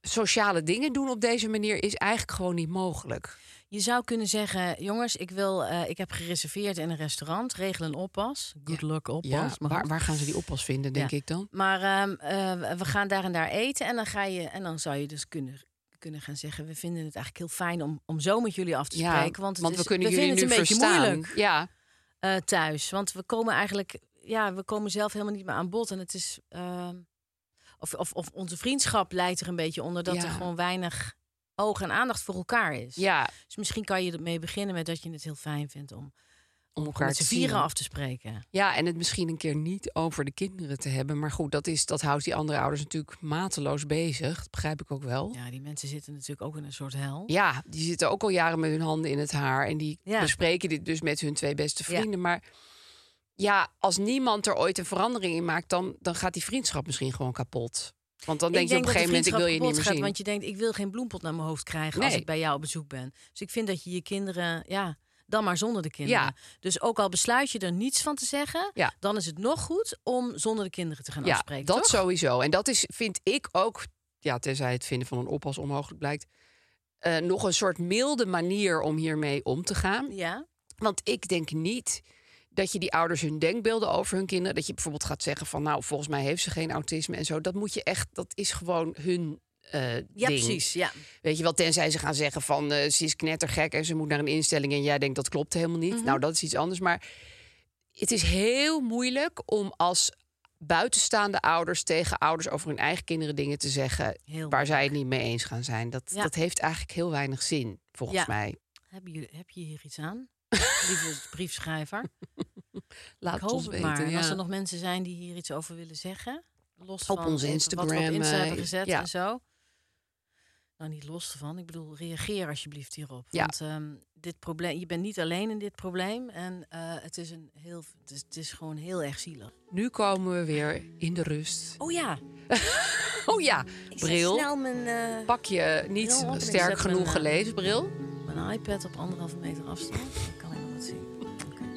sociale dingen doen op deze manier is eigenlijk gewoon niet mogelijk. Je zou kunnen zeggen, jongens, ik, wil, uh, ik heb gereserveerd in een restaurant. Regel een oppas. Good Ja. luck oppas. Ja, Maar waar, goed. waar gaan ze die oppas vinden, denk Ja. ik dan? Maar um, uh, we gaan daar en daar eten. En dan, ga je, en dan zou je dus kunnen, kunnen gaan zeggen... we vinden het eigenlijk heel fijn om, om zo met jullie af te Ja, spreken. Want, het want is, we kunnen we jullie vinden nu het een verstaan. beetje moeilijk Ja, uh, thuis. Want we komen eigenlijk... Ja, we komen zelf helemaal niet meer aan bod. En het is... Uh, of, of, of onze vriendschap leidt er een beetje onder... dat Ja. er gewoon weinig oog en aandacht voor elkaar is. ja, Dus misschien kan je ermee beginnen met dat je het heel fijn vindt... om, om elkaar met te z'n zien. vieren af te spreken. Ja, en het misschien een keer niet over de kinderen te hebben. Maar goed, dat, is, dat houdt die andere ouders natuurlijk mateloos bezig. Dat begrijp ik ook wel. Ja, die mensen zitten natuurlijk ook in een soort hel. Ja, die zitten ook al jaren met hun handen in het haar. En die Ja. bespreken dit dus met hun twee beste Ja. vrienden. Maar ja, als niemand er ooit een verandering in maakt... dan, dan gaat die vriendschap misschien gewoon kapot. Want dan denk je op een gegeven moment, ik wil je niet meer gaat, zien. Want je denkt, ik wil geen bloempot naar mijn hoofd krijgen... als Nee. ik bij jou op bezoek ben. Dus ik vind dat je je kinderen... ja, dan maar zonder de kinderen. Ja. Dus ook al besluit je er niets van te zeggen... Ja. dan is het nog goed om zonder de kinderen te gaan Ja, afspreken. dat toch? sowieso. En dat is, vind ik ook... ja, tenzij het vinden van een oppas onmogelijk blijkt... Uh, nog een soort milde manier om hiermee om te gaan. Ja. Want ik denk niet dat je die ouders hun denkbeelden over hun kinderen... dat je bijvoorbeeld gaat zeggen van... nou, volgens mij heeft ze geen autisme en zo. Dat moet je echt, dat is gewoon hun uh, Ja, ding. precies. Ja. Weet je wel, tenzij ze gaan zeggen van... Uh, ze is knettergek en ze moet naar een instelling... en jij denkt dat klopt helemaal niet. Mm-hmm. Nou, dat is iets anders. Maar het is heel moeilijk om als buitenstaande ouders... tegen ouders over hun eigen kinderen dingen te zeggen... Heel waar zij het niet mee eens gaan zijn. Dat, Ja. dat heeft eigenlijk heel weinig zin, volgens Ja. mij. Hebben jullie, heb je hier iets aan? Lieve briefschrijver. Laat Ik het hoop ons het weten. maar. En ja. als er nog mensen zijn die hier iets over willen zeggen... los Op van onze even Instagram, wat we op Insta eh, hebben gezet ja. en zo. Nou, niet los ervan. Ik bedoel, reageer alsjeblieft hierop. Ja. Want um, dit probleem, je bent niet alleen in dit probleem. En uh, het, is een heel, het, is, het is gewoon heel erg zielig. Nu komen we weer in de rust. Oh ja. Oh ja, Ik zet bril. snel mijn, uh, Pak je niet Bril op en ik sterk zet genoeg mijn, uh, gelezen bril. mijn iPad op anderhalve meter afstand. Dan kan ik nog wat zien. Okay.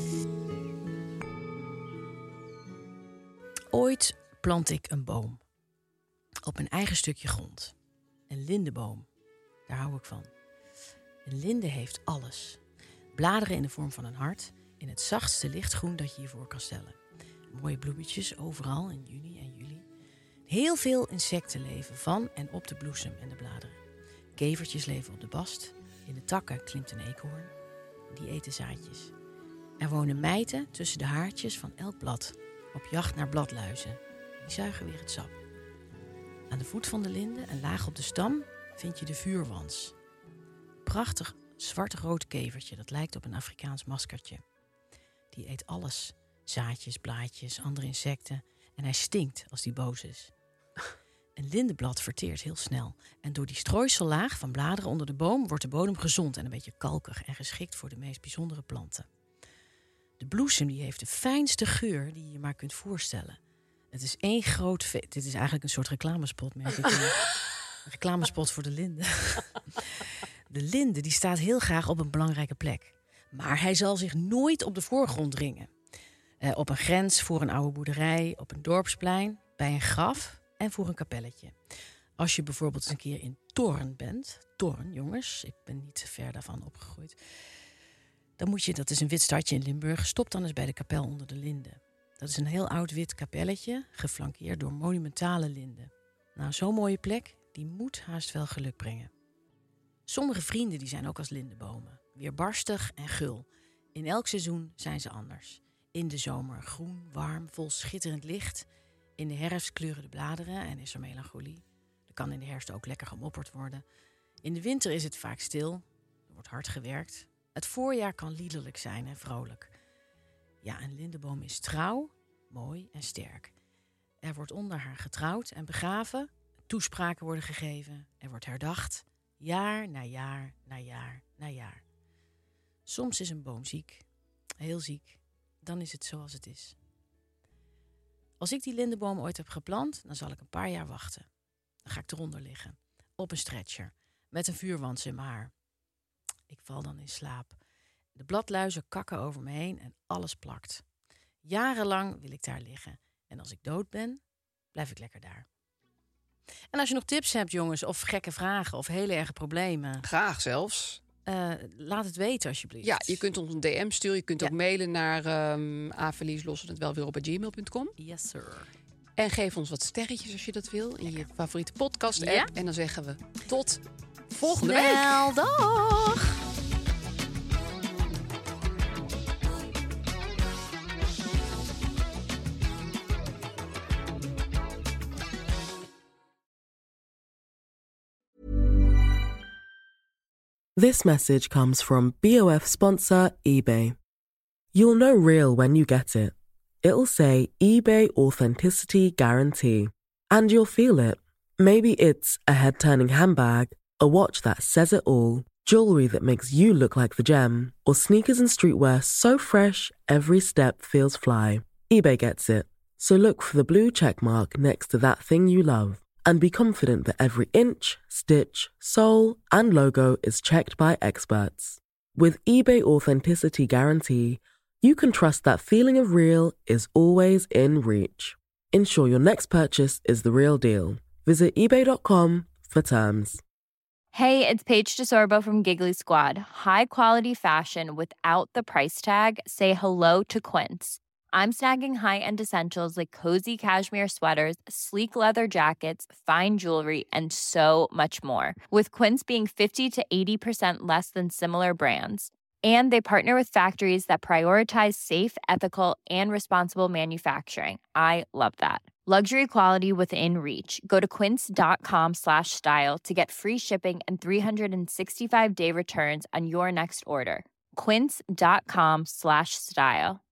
Ooit plant ik een boom. Op een eigen stukje grond. Een lindenboom. Daar hou ik van. Een linde heeft alles. Bladeren in de vorm van een hart. In het zachtste lichtgroen dat je je voor kan stellen. Mooie bloemetjes overal in juni en juli. Heel veel insecten leven van en op de bloesem en de bladeren. Kevertjes leven op de bast. In de takken klimt een eekhoorn. Die eten zaadjes. Er wonen mijten tussen de haartjes van elk blad. Op jacht naar bladluizen. Die zuigen weer het sap. Aan de voet van de linde en laag op de stam vind je de vuurwans. Prachtig zwart-rood kevertje dat lijkt op een Afrikaans maskertje. Die eet alles. Zaadjes, blaadjes, andere insecten. En hij stinkt als die boos is. Een lindenblad verteert heel snel. En door die strooisellaag van bladeren onder de boom wordt de bodem gezond en een beetje kalkig en geschikt voor de meest bijzondere planten. De bloesem die heeft de fijnste geur die je je maar kunt voorstellen. Het is één groot... Fe- Dit is eigenlijk een soort reclamespot, merk ik. Een reclamespot voor de linde. De linde die staat heel graag op een belangrijke plek. Maar hij zal zich nooit op de voorgrond dringen. Uh, op een grens, voor een oude boerderij, op een dorpsplein, bij een graf en voor een kapelletje. Als je bijvoorbeeld eens een keer in Thorn bent... Thorn, jongens, ik ben niet ver daarvan opgegroeid... dan moet je, dat is een wit stadje in Limburg... stop dan eens bij de kapel onder de linden. Dat is een heel oud wit kapelletje, geflankeerd door monumentale linden. Nou, zo'n mooie plek, die moet haast wel geluk brengen. Sommige vrienden die zijn ook als lindenbomen. Weerbarstig en gul. In elk seizoen zijn ze anders. In de zomer groen, warm, vol schitterend licht. In de herfst kleuren de bladeren en is er melancholie. Er kan in de herfst ook lekker gemopperd worden. In de winter is het vaak stil. Er wordt hard gewerkt. Het voorjaar kan liederlijk zijn en vrolijk. Ja, een lindenboom is trouw, mooi en sterk. Er wordt onder haar getrouwd en begraven. Toespraken worden gegeven. Er wordt herdacht. Jaar na jaar na jaar na jaar. Soms is een boom ziek. Heel ziek. Dan is het zoals het is. Als ik die lindenboom ooit heb geplant, dan zal ik een paar jaar wachten. Dan ga ik eronder liggen. Op een stretcher. Met een vuurwans in mijn haar. Ik val dan in slaap. De bladluizen kakken over me heen en alles plakt. Jarenlang wil ik daar liggen. En als ik dood ben, blijf ik lekker daar. En als je nog tips hebt, jongens, of gekke vragen of hele erge problemen, Graag zelfs. uh, laat het weten alsjeblieft. Ja, je kunt ons een D M sturen. Je kunt Ja. ook mailen naar um, avelieslossen het wel weer op gmail punt com. Yes, sir. En geef ons wat sterretjes als je dat wil in je favoriete podcast app. Ja. En dan zeggen we tot volgende week. Snel, dag! This message comes from B O F sponsor eBay. You'll know real when you get it. It'll say eBay Authenticity Guarantee. And you'll feel it. Maybe it's a head-turning handbag, a watch that says it all, jewelry that makes you look like the gem, or sneakers and streetwear so fresh every step feels fly. eBay gets it. So look for the blue check mark next to that thing you love. And be confident that every inch, stitch, sole, and logo is checked by experts. With eBay Authenticity Guarantee, you can trust that feeling of real is always in reach. Ensure your next purchase is the real deal. Visit ebay dot com for terms. Hey, it's Paige DeSorbo from Giggly Squad. High quality fashion without the price tag. Say hello to Quince. I'm snagging high-end essentials like cozy cashmere sweaters, sleek leather jackets, fine jewelry, and so much more. With Quince being fifty to eighty percent less than similar brands. And they partner with factories that prioritize safe, ethical, and responsible manufacturing. I love that. Luxury quality within reach. Go to quince.com slash style to get free shipping and three sixty-five day returns on your next order. Quince.com slash style.